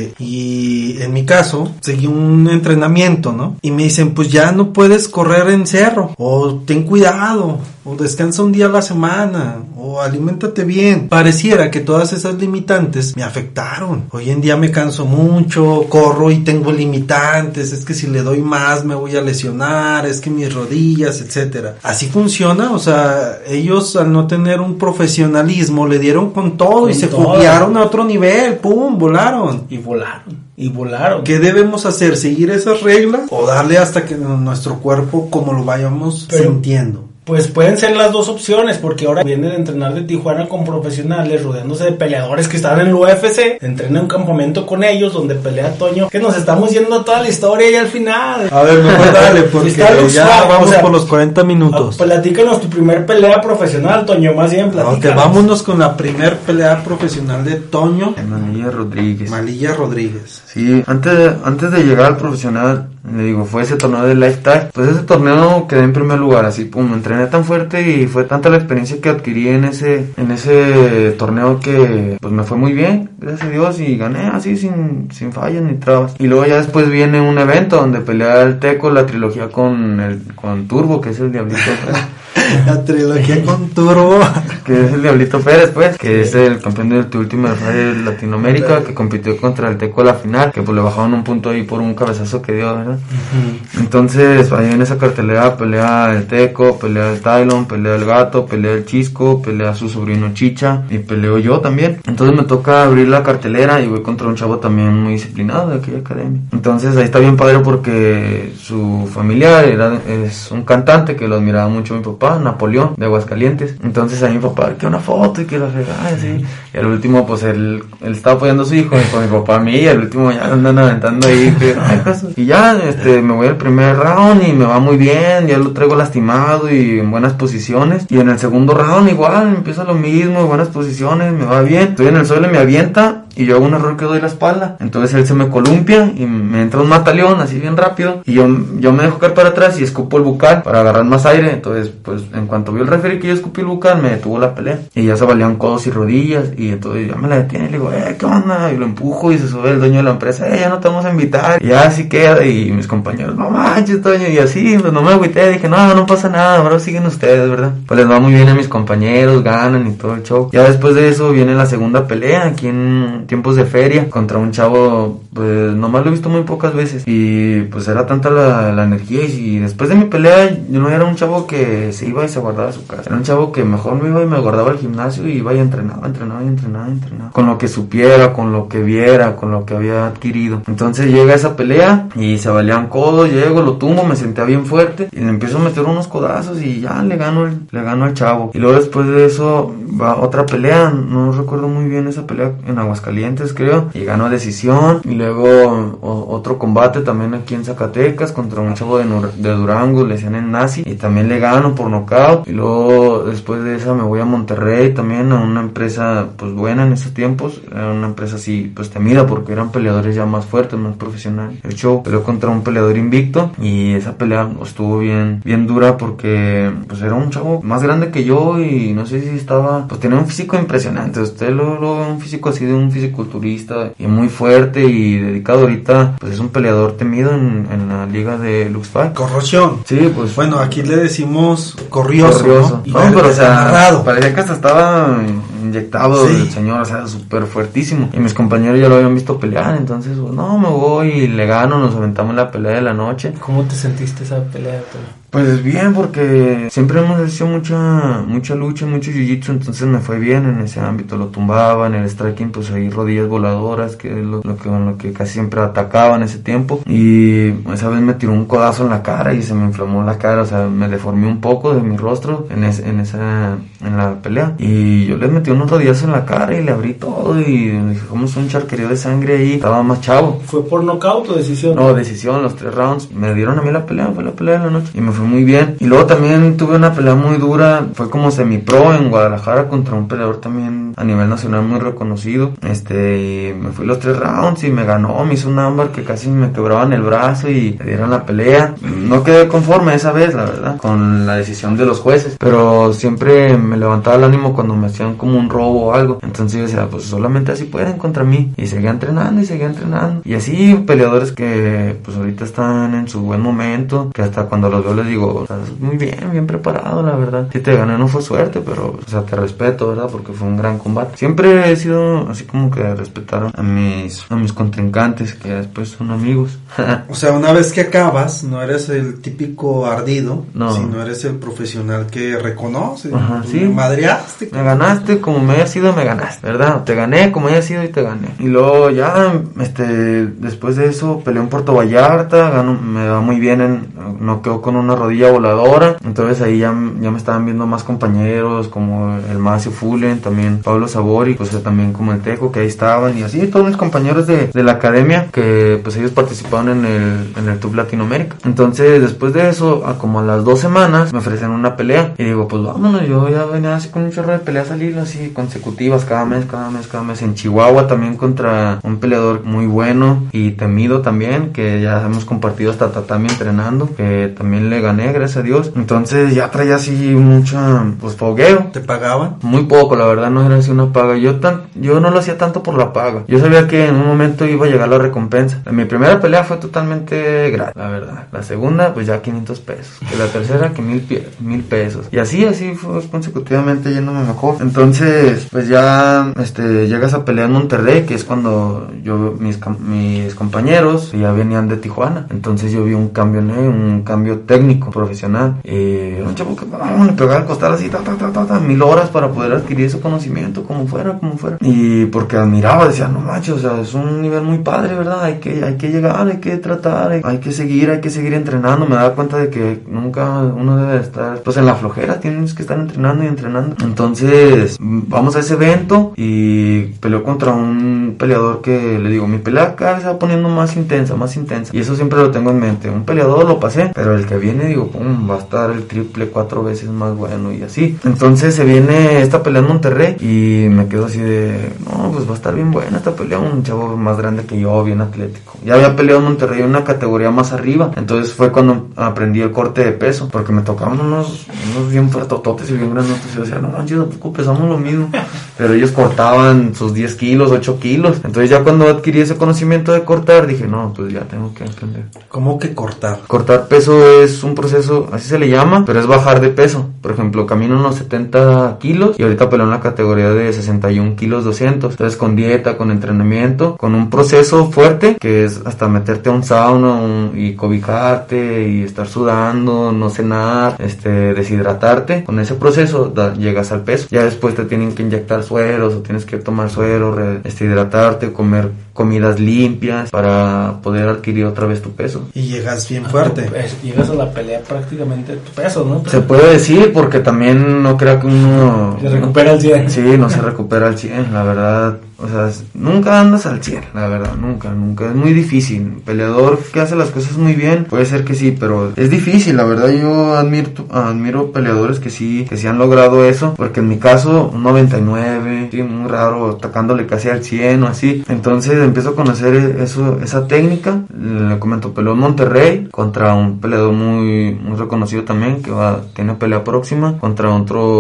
y en mi caso seguí un entrenamiento, ¿no? Y me dicen, pues ya no puedes correr en cerro, o ten cuidado, o descansa un día a la semana, o aliméntate bien. Pareciera que todas esas limitantes me afectaron. Hoy en día me canso mucho, corro y tengo limitantes, es que si le doy más me voy a lesionar, es que mis rodillas, etcétera. Así funciona, o sea, ellos al no tener un profesionalismo le dieron con todo
Con
y se
todo.
foguearon a otro nivel, pum, volaron.
Y volaron.
¿Qué debemos hacer? ¿Seguir esas reglas o darle hasta que nuestro cuerpo como lo vayamos sintiendo?
Pues pueden ser las dos opciones, porque ahora vienen a entrenar de Tijuana con profesionales, rodeándose de peleadores que están en el UFC, entrena un campamento con ellos donde pelea Toño, que nos estamos yendo toda la historia y al final.
A ver, mejor dale, porque
Está Luke
ya
Swag,
vamos
o sea,
por los 40 minutos.
Platícanos tu primer pelea profesional, Toño, más bien, platícanos.
Ok, vámonos con la primer pelea profesional de Toño
Malilla Rodríguez.
Malilla Rodríguez.
Sí, antes de llegar al profesional, le digo, fue ese torneo de Lifetime. Pues ese torneo quedé en primer lugar, así, pum, entrené tan fuerte y fue tanta la experiencia que adquirí en ese torneo que pues me fue muy bien, gracias a Dios, y gané así sin fallas ni trabas. Y luego ya después viene un evento donde pelea el Teco, la trilogía con Turbo, que es el Diablito Pérez.
La trilogía con Turbo.
Que es el Diablito Pérez, pues, que es el campeón del Ultimate Fighter de Latinoamérica, que compitió contra el Teco a la final, que pues le bajaron un punto ahí por un cabezazo que dio, ¿verdad? Entonces, ahí en esa cartelera pelea el Teco, pelea el Tylon, pelea el Gato, pelea el Chisco, pelea su sobrino Chicha, y peleo yo también. Entonces me toca abrir la cartelera y voy contra un chavo también muy disciplinado de aquella academia. Entonces ahí está bien padre porque su familiar es un cantante que lo admiraba mucho mi papá, Napoleón, de Aguascalientes. Entonces ahí mi papá, que una foto y que la fregada, así. Y al último, pues él estaba apoyando a su hijo, y pues mi papá a mí, y al último ya andan aventando ahí, que, ay, pues, y ya, me voy al primer round y me va muy bien, ya lo traigo lastimado y en buenas posiciones. Y en el segundo round igual, empieza lo mismo, buenas posiciones, me va bien. Estoy en el suelo y me avienta y yo hago un error que doy la espalda, entonces él se me columpia y me entra un mataleón así bien rápido, y yo me dejo caer para atrás y escupo el bucal para agarrar más aire. Entonces pues en cuanto vio el referee que yo escupí el bucal, me detuvo la pelea y ya se valían codos y rodillas, y entonces ya me la detiene y le digo, ¿qué onda? Y lo empujo y se sube el dueño de la empresa, ya no te vamos a invitar, y ya así queda. Y mis compañeros, no manches, Toño, y así, pues no me agüité, dije, no pasa nada, ahora siguen ustedes, ¿verdad? Pues les va muy bien a mis compañeros, ganan y todo el show. Ya después de eso viene la segunda pelea aquí en tiempos de feria contra un chavo, pues nomás lo he visto muy pocas veces, y pues era tanta la energía. Y después de mi pelea yo no era un chavo que se iba y se guardaba a su casa, era un chavo que mejor me iba y me guardaba al gimnasio y iba y entrenaba con lo que supiera, con lo que viera, con lo que había adquirido. Entonces llega esa pelea y se valían codos, llego, lo tumbo, me sentía bien fuerte y le empiezo a meter unos codazos y ya le gano al chavo. Y luego después de eso va otra pelea, no recuerdo muy bien esa pelea, en Aguascalientes creo, y gano a decisión. Y luego otro combate también aquí en Zacatecas contra un chavo de Durango, le decían el Nazi, y también le gano por nocaut. Y luego después de esa me voy a Monterrey también, a una empresa pues buena en esos tiempos, era una empresa así pues temida porque eran peleadores ya más fuertes, más profesionales. El show peleó contra un peleador invicto y esa pelea estuvo bien dura porque pues era un chavo más grande que yo y no sé si estaba, pues tenía un físico impresionante. Usted lo ve un físico así de un fisiculturista y muy fuerte y dedicado. Ahorita pues es un peleador temido en la liga de Lux Fight.
Corrosión.
Sí, pues
bueno, aquí le decimos corrioso.
¿no? Pero o sea, parecía que hasta estaba inyectado el señor, o sea, súper fuertísimo. Y mis compañeros ya lo habían visto pelear, entonces pues, no, me voy y le gano, nos aventamos la pelea de la noche.
¿Cómo te sentiste esa pelea, Tony?
Pues bien, porque siempre hemos hecho mucha lucha, mucho jiu-jitsu, entonces me fue bien en ese ámbito. Lo tumbaba, en el striking pues ahí rodillas voladoras, que es lo que casi siempre atacaba en ese tiempo. Y esa vez me tiró un codazo en la cara y se me inflamó la cara, o sea, me deformé un poco de mi rostro en la pelea. Y yo le metí unos rodillazos en la cara y le abrí todo y dije, como es un charquerío de sangre ahí, estaba más chavo.
¿Fue por nocaut o decisión?
No, decisión, los 3 rounds. Me dieron a mí la pelea, fue la pelea de la noche y me fue muy bien. Y luego también tuve una pelea muy dura, fue como semi-pro en Guadalajara contra un peleador también a nivel nacional muy reconocido. Y me fui los 3 rounds y me ganó, me hizo un ámbar que casi me quebraban el brazo y le dieron la pelea. No quedé conforme esa vez, la verdad, con la decisión de los jueces, pero siempre me levantaba el ánimo cuando me hacían como un robo o algo. Entonces yo decía, pues solamente así pueden contra mí. Y seguía entrenando. Y así peleadores que pues ahorita están en su buen momento, que hasta cuando los veo les digo, estás muy bien preparado, la verdad. Si te gané no fue suerte, pero o sea, te respeto, ¿verdad? Porque fue un gran combate. Siempre he sido así como que respetar a mis contrincantes, que después son amigos.
O sea, una vez que acabas, no eres el típico ardido,
no,
sino eres el profesional que reconoce.
Ajá, sí.
Me madreaste.
Me ganaste como me hayas sido, me ganaste, ¿verdad? Te gané como hayas sido y te gané. Y luego ya, después de eso, peleé en Puerto Vallarta, me va muy bien, noqueó con una rodilla voladora. Entonces ahí ya me estaban viendo más compañeros, como el Macio Fulen, también Pablo Sabori, pues también como el Teco, que ahí estaban, y así todos mis compañeros de la academia, que pues ellos participaban en el TUF Latinoamérica. Entonces después de eso, como a las 2 semanas, me ofrecen una pelea, y digo, pues vámonos. Yo ya venía así con un chorro de peleas salir así consecutivas, cada mes, en Chihuahua también contra un peleador muy bueno y temido también, que ya hemos compartido hasta tatami entrenando, que también le gané, gracias a Dios. Entonces ya traía así mucha, pues fogueo.
¿Te pagaban?
Muy poco, la verdad, no era así una paga. Yo no lo hacía tanto por la paga. Yo sabía que en un momento iba a llegar la recompensa. Mi primera pelea fue totalmente gratis, la verdad. La segunda, pues ya 500 pesos. Y la tercera, que 1000 pesos. Y así fue consecutivamente yéndome mejor. Entonces, pues ya, llega esa pelea en Monterrey, que es cuando mis compañeros ya venían de Tijuana. Entonces yo vi un cambio técnico, profesional. Era un chavo que le pegaba al costal así, 1000 horas para poder adquirir ese conocimiento, como fuera. Y porque admiraba, decía, no manches, o sea, es un nivel muy padre, ¿verdad? Hay que llegar, hay que tratar, hay que seguir entrenando. Me daba cuenta de que nunca uno debe estar, pues en la flojera, tienes que estar entrenando. Entonces, vamos a ese evento y peleó contra un peleador que le digo, mi pelea cada vez se va poniendo más intensa. Y eso siempre lo tengo en mente. Un peleador lo pasé, pero el que viene digo, va a estar el triple 4 veces más bueno y así. Entonces se viene esta pelea en Monterrey y me quedo así de, no, pues va a estar bien buena esta pelea, un chavo más grande que yo, bien atlético. Ya había peleado en Monterrey en una categoría más arriba, entonces fue cuando aprendí el corte de peso, porque me tocaban unos bien tototes y bien grandotes, y yo decía, no manches, tampoco pesamos lo mismo, pero ellos cortaban sus 10 kilos, 8 kilos, entonces ya cuando adquirí ese conocimiento de cortar, dije, no, pues ya tengo que aprender.
¿Cómo que cortar?
Cortar peso es un proceso, así se le llama, pero es bajar de peso. Por ejemplo, camino unos 70 kilos y ahorita peleo en la categoría de 61 kilos 200. Entonces con dieta, con entrenamiento, con un proceso fuerte que es hasta meterte a un sauna y cobijarte y estar sudando, no cenar, deshidratarte. Con ese proceso llegas al peso. Ya después te tienen que inyectar sueros o tienes que tomar suero, hidratarte, comer comidas limpias para poder adquirir otra vez tu peso.
Y llegas bien fuerte.
Llegas a la pelea prácticamente tu peso, ¿no?
Se puede decir, porque también no creo que uno...
Se recupera al 100.
Sí, no se recupera al 100, la verdad. O sea, nunca andas al 100, la verdad, nunca. Es muy difícil. Peleador que hace las cosas muy bien, puede ser que sí, pero es difícil, la verdad. Yo admiro peleadores que sí han logrado eso, porque en mi caso, un 99, sí, muy raro, atacándole casi al 100 o así. Entonces empiezo a conocer esa técnica. Le comento, peleó en Monterrey contra un peleador muy reconocido también, que tiene pelea próxima, contra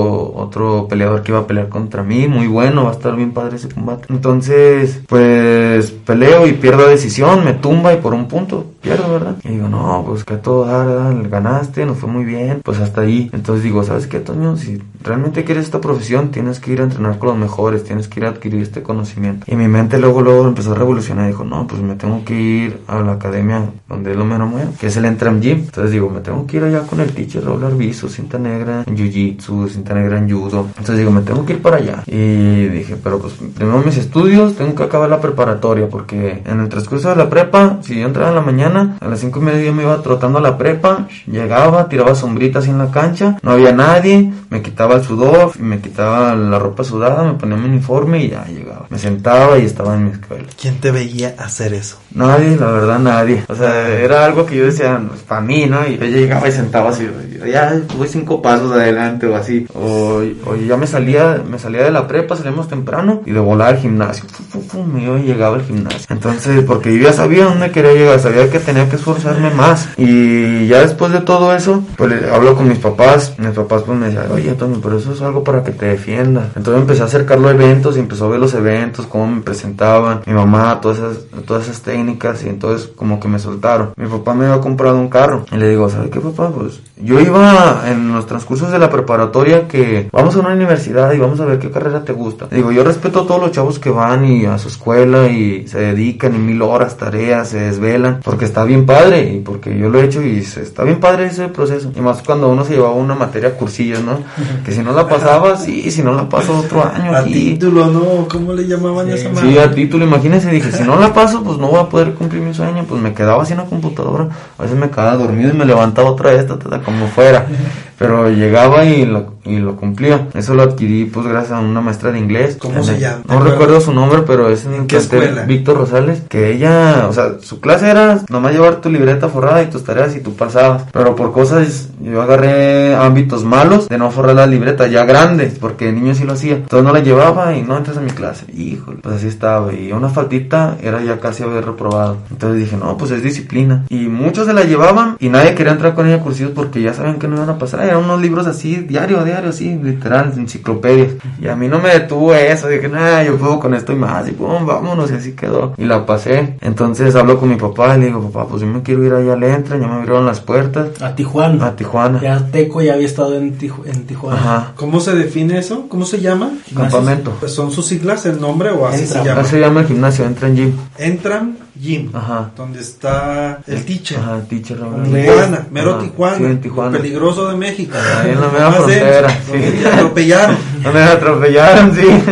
otro peleador que iba a pelear contra mí, muy bueno, va a estar bien padre ese combate. Entonces, pues peleo y pierdo a decisión, me tumba y por un punto pierdo, ¿verdad? Y digo, no, pues que a todo dar, ganaste, nos fue muy bien, pues hasta ahí. Entonces digo, ¿sabes qué, Toño? Si realmente quieres esta profesión, tienes que ir a entrenar con los mejores, tienes que ir a adquirir este conocimiento. Y mi mente luego empezó a revolucionar y dijo, no, pues me tengo que ir a la academia donde es lo menos bueno, que es el Entram Gym. Entonces digo, me tengo que ir allá con el teacher Raúl Arbizu, cinta negra en Jiu-Jitsu, cinta negra en Judo. Entonces digo, me tengo que ir para allá. Y dije, pero pues primero mis estudios, tengo que acabar la preparatoria, porque en el transcurso de la prepa, si yo entraba en la mañana, a las 5:30 yo me iba trotando a la prepa, llegaba, tiraba sombritas en la cancha, no había nadie, me quitaba el sudor, me quitaba la ropa sudada, me ponía mi uniforme y ya llegaba. Me sentaba y estaba en mi escuela.
¿Quién te veía hacer eso?
Nadie, la verdad nadie. O sea, era algo que yo decía, pues, para mí, ¿no? Y yo llegaba y sentaba así, ya voy 5 pasos adelante o así. O ya me salía de la prepa, salimos temprano y de volar al gimnasio. Me iba y llegaba al gimnasio. Entonces, porque yo ya sabía dónde quería llegar, sabía que tenía que esforzarme más. Y ya después de todo eso, pues hablo con mis papás pues me decían, oye, Toño, pero eso es algo para que te defiendas. Entonces empecé a acercarlo a eventos y empezó a ver los eventos, cómo me presentaban, mi mamá, todas esas técnicas, y entonces como que me soltaron. Mi papá me había comprado un carro y le digo, ¿sabes qué, papá? Pues yo iba en los transcursos de la preparatoria que vamos a una universidad y vamos a ver qué carrera te gusta. Digo, yo respeto a todos los chavos que van y a su escuela y se dedican y 1000 horas, tareas, se desvelan, porque está bien padre y porque yo lo he hecho y está bien padre ese proceso. Y más cuando uno se llevaba una materia cursillos, ¿no? Que si no la pasaba, sí, si no la paso otro año.
A título, ¿no? ¿Cómo le llamaban esa madre?
Sí, a título, imagínense, dije, si no la paso, pues no voy a poder cumplir mi sueño, pues me quedaba así en la computadora, a veces me quedaba dormido y me levantaba otra vez, como fuera, pero llegaba y lo cumplía. Eso lo adquirí pues gracias a una maestra de inglés.
¿Cómo se llama?
No recuerdo su nombre, pero es
¿En qué escuela?
Víctor Rosales, que ella, o sea, su clase era nomás llevar tu libreta forrada y tus tareas y tú pasabas, pero por cosas, yo agarré ámbitos malos de no forrar las libretas ya grandes, porque de niño sí lo hacía, entonces no las llevaba y no entras a mi clase, híjole, pues así estaba, y una faltita era ya casi haber reprobado. Entonces dije, no, pues es disciplina, y muchos se la llevaban y nadie quería entrar con ella a cursivos porque ya sabían que no iban a pasar. Eran unos libros así, diario, así, literal, enciclopedias, y a mí no me detuvo eso, dije, nah, yo puedo con esto y más, y pum, vámonos, y así quedó, y la pasé. Entonces hablo con mi papá y le digo, papá, pues yo me quiero ir allá al Entram, ya me abrieron las puertas.
A Tijuana.
Ya
Teco ya había estado en Tijuana.
Ajá.
¿Cómo se define eso? ¿Cómo se llama?
Campamento.
Pues son sus siglas, el nombre o así
Entram.
se llama.
Así se llama el gimnasio, Entram Gym.
Entram Gym.
Ajá.
Donde está el teacher.
Ajá, teacher.
Tijuana, mero
Ajá.
Tijuana.
Sí, en Tijuana.
Lo peligroso de México.
Ahí en la mera
Más
frontera.
denso,
Sí.
donde me atropellaron.
Me atropellaron, sí.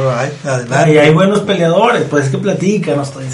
Alright, adelante.
Y hay buenos peleadores, pues es que platícanos.
Sí,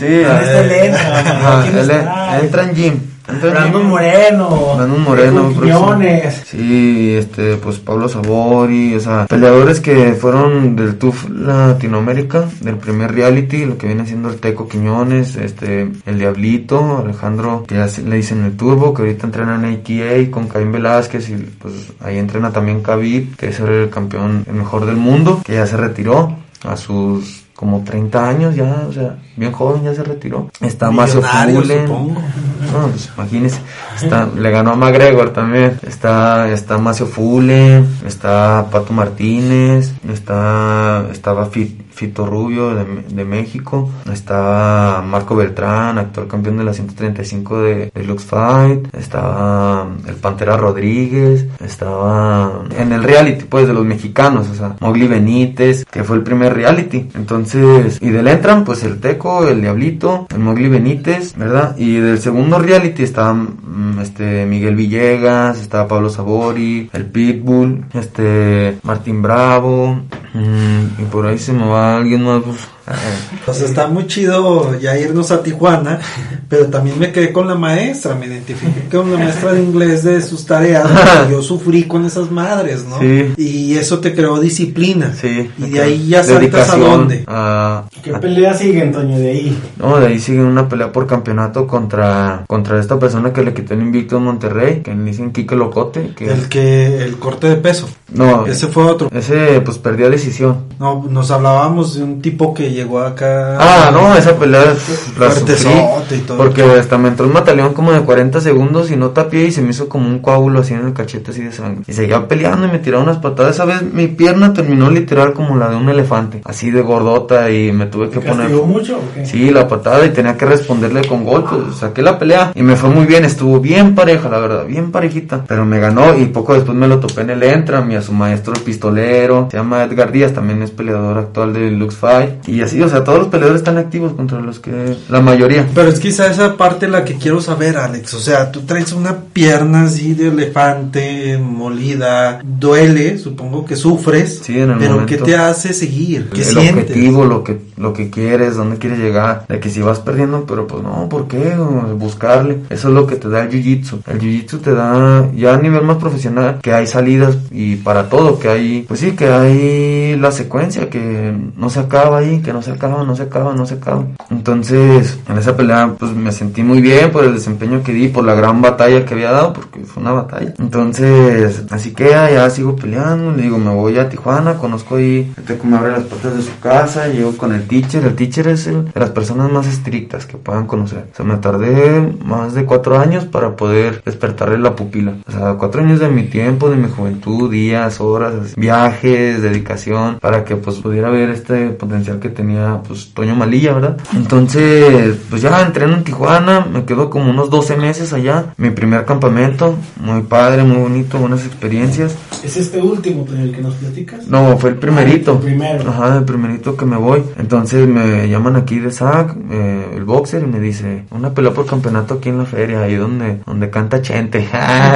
entra en gym.
Brandon Moreno,
Quiñones. Sí, pues Pablo Sabori, o sea, peleadores que fueron del TUF Latinoamérica, del primer reality, lo que viene siendo el Teco Quiñones, el Diablito, Alejandro, que ya le dicen el Turbo, que ahorita entrena en ATA con Caín Velázquez, y pues ahí entrena también Khabib, que es el campeón, el mejor del mundo, que ya se retiró a sus como 30 años ya, o sea, bien joven, ya se retiró. Está Macio Fulen. No, pues imagínese. Le ganó a McGregor también. Está Macio Fulen, está Pato Martínez, estaba Fito Rubio de México, estaba Marco Beltrán, actual campeón de la 135 de Lux Fight, estaba el Pantera Rodríguez, estaba en el reality pues de los mexicanos, o sea, Mowgli Benítez, que fue el primer reality. Entonces, y del Entran pues el Teco, el Diablito, el Mowgli Benítez, ¿verdad? Y del segundo reality estaba Miguel Villegas, estaba Pablo Sabori, el Pitbull, Martín Bravo, y por ahí se me va alguien más,
pues está muy chido ya irnos a Tijuana, pero también me quedé con la maestra, me identifiqué con la maestra de inglés de sus tareas, yo sufrí con esas madres, ¿no?
Sí.
Y eso te creó disciplina.
Sí.
Y de ahí ya saltas a dónde.
¿Qué pelea sigue, Antonio, de ahí?
No, de ahí sigue una pelea por campeonato contra esta persona que le quitó el invicto en Monterrey, que le dicen Quique Locote.
El corte de peso.
No.
Ese fue otro.
Ese pues perdió decisión.
No, nos hablábamos de un tipo que llegó acá.
No, esa pelea la sufrí,
y todo.
porque hasta me entró un mataleón como de 40 segundos y no tapié y se me hizo como un coágulo así en el cachete así de sangre. Y seguía peleando y me tiraba unas patadas. Esa vez mi pierna terminó literal como la de un elefante, así de gordota, y me tuve que poner.
¿Castigó mucho o qué?
Sí, la patada, y tenía que responderle con golpes. Saqué la pelea y me fue muy bien, estuvo bien pareja, la verdad, bien parejita. Pero me ganó y poco después me lo topé en el Entram y a su maestro el pistolero, se llama Edgar Díaz, también es peleador actual de Lux Fight. Y así, o sea, todos los peleadores están activos contra los que la mayoría.
Pero es quizá esa parte la que quiero saber, Alex. O sea, tú traes una pierna así de elefante, molida, duele, supongo que sufres.
Sí, en el
pero
momento.
¿qué te hace seguir? ¿Qué
el
sientes?
objetivo, lo que quieres, dónde quieres llegar. De que si vas perdiendo, pero pues no, ¿por qué? Buscarle. Eso es lo que te da el jiu-jitsu. El jiu-jitsu te da, ya a nivel más profesional, que hay salidas y para todo, que hay, pues sí, que hay la secuencia, que no se acaba ahí, que no se acaba. Entonces, en esa pelea, pues me sentí muy bien por el desempeño que di, por la gran batalla que había dado, porque fue una batalla. Entonces, así que ya sigo peleando, le digo, me voy a Tijuana, conozco ahí, el Teco me abre las puertas de su casa, llego con el teacher es de las personas más estrictas que puedan conocer. O sea, me tardé más de 4 años para poder despertarle la pupila. O sea, 4 años de mi tiempo, de mi juventud, días, horas, viajes, dedicación, para que pues pudiera ver este potencial que tenía pues Toño Malilla, ¿verdad? Entonces, pues ya entreno en Tijuana, me quedo como unos 12 meses allá, mi primer campamento, muy padre, muy bonito, buenas experiencias.
¿Es este último, el que nos platicas?
No, fue el primerito.
El primero.
Ajá, el primerito que me voy. Entonces me llaman aquí de SAC, el boxer, y me dice, una pelea por campeonato aquí en la feria, ahí donde canta Chente.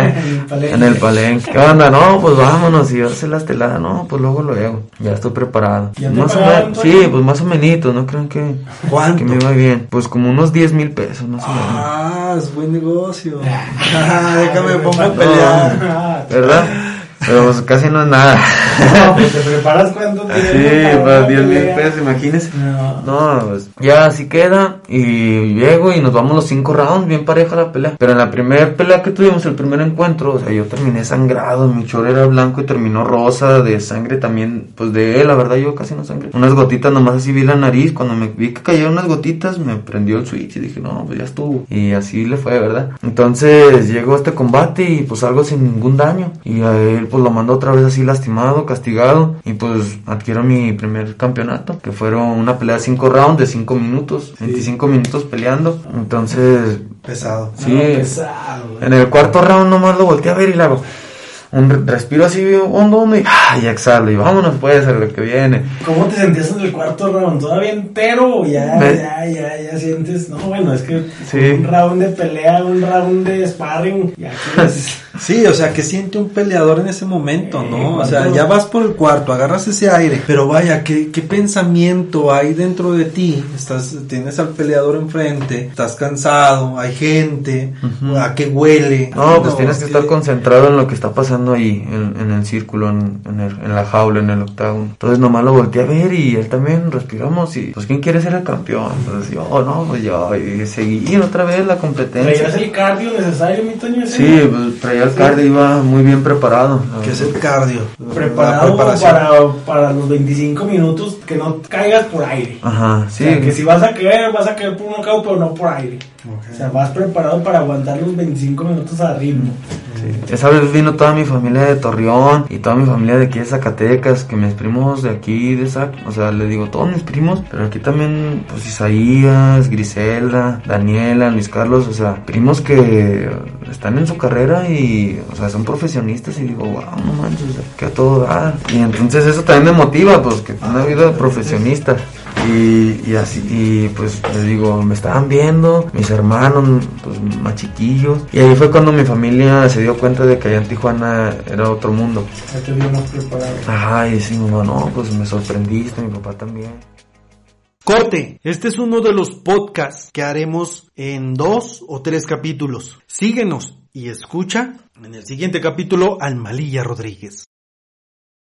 En el palenque. ¿Qué onda? No, pues vámonos, y yo hace la estelada, no, pues luego ya estoy preparado.
¿Ya
más
te
o
pagaron,
menos, sí, pues más o menos, no creen que me iba bien. Pues como unos 10,000 pesos, más o menos.
Es buen negocio. Déjame pongo a pelear.
¿Verdad? Pero pues casi no es nada.
No, pues te preparas cuánto tiempo.
Sí, pues 10,000 pesos, imagínense. No, pues ya así queda. Y llego y nos vamos los 5 rounds, bien pareja la pelea. Pero en la primera pelea que tuvimos, el primer encuentro, o sea, yo terminé sangrado, mi chor era blanco y terminó rosa, de sangre también, pues de él, la verdad yo casi no sangré. Unas gotitas, nomás así vi la nariz, cuando me vi que cayeron unas gotitas, me prendió el switch y dije, no, pues ya estuvo. Y así le fue, ¿verdad? Entonces llegó este combate y pues algo sin ningún daño. Y a él pues lo mandó otra vez así lastimado, castigado, y pues adquiero mi primer campeonato, que fueron una pelea de 5 rounds de 5 minutos, 25 minutos peleando. Entonces
pesado.
Sí,
pesado,
en el cuarto round nomás lo volteé a ver y le hago un respiro así hondo y exhalo y vámonos pues a lo que viene.
¿Cómo te sentías en el cuarto round? ¿Todavía entero o ya sientes? No, bueno, es que
sí.
Un round de pelea, un round de sparring, ya quieres...
Sí, o sea, ¿qué siente un peleador en ese momento, no? O sea, ya vas por el cuarto, agarras ese aire, pero vaya, ¿qué pensamiento hay dentro de ti? Tienes al peleador enfrente, estás cansado, hay gente, ¿a qué huele?
No, pues tienes que estar concentrado en lo que está pasando ahí, en el círculo, en la jaula, en el octágono. Entonces nomás lo volteé a ver y él también, respiramos y pues ¿quién quiere ser el campeón? Entonces yo, y seguí otra vez la competencia.
¿Traías el cardio necesario, mi Toño?
Sí, pues traía el cardio, iba muy bien preparado.
¿Qué es el cardio?
Preparado para los 25 minutos, que no caigas por aire.
Ajá, sí.
O sea, que si vas a caer por un knockout, pero no por aire. Okay. O sea, vas preparado para aguantar los 25 minutos a ritmo.
Sí. Esa vez vino toda mi familia de Torreón y toda mi familia de aquí de Zacatecas, que mis primos de aquí o sea, le digo todos mis primos, pero aquí también pues Isaías, Griselda, Daniela, Luis Carlos, o sea, primos que están en su carrera y, o sea, son profesionistas y digo, wow, no manches, o sea, que a todo dar. Y entonces eso también me motiva, pues, que una vida de profesionista. Y así, y pues les digo, me estaban viendo mis hermanos, pues más chiquillos, y ahí fue cuando mi familia se dio cuenta de que allá en Tijuana era otro mundo.
Ya te vio más preparado.
Ajá, y sí, no, pues me sorprendiste, mi papá también.
Corte, este es uno de los podcasts que haremos en 2 o 3 capítulos. Síguenos y escucha en el siguiente capítulo al Malilla Rodríguez.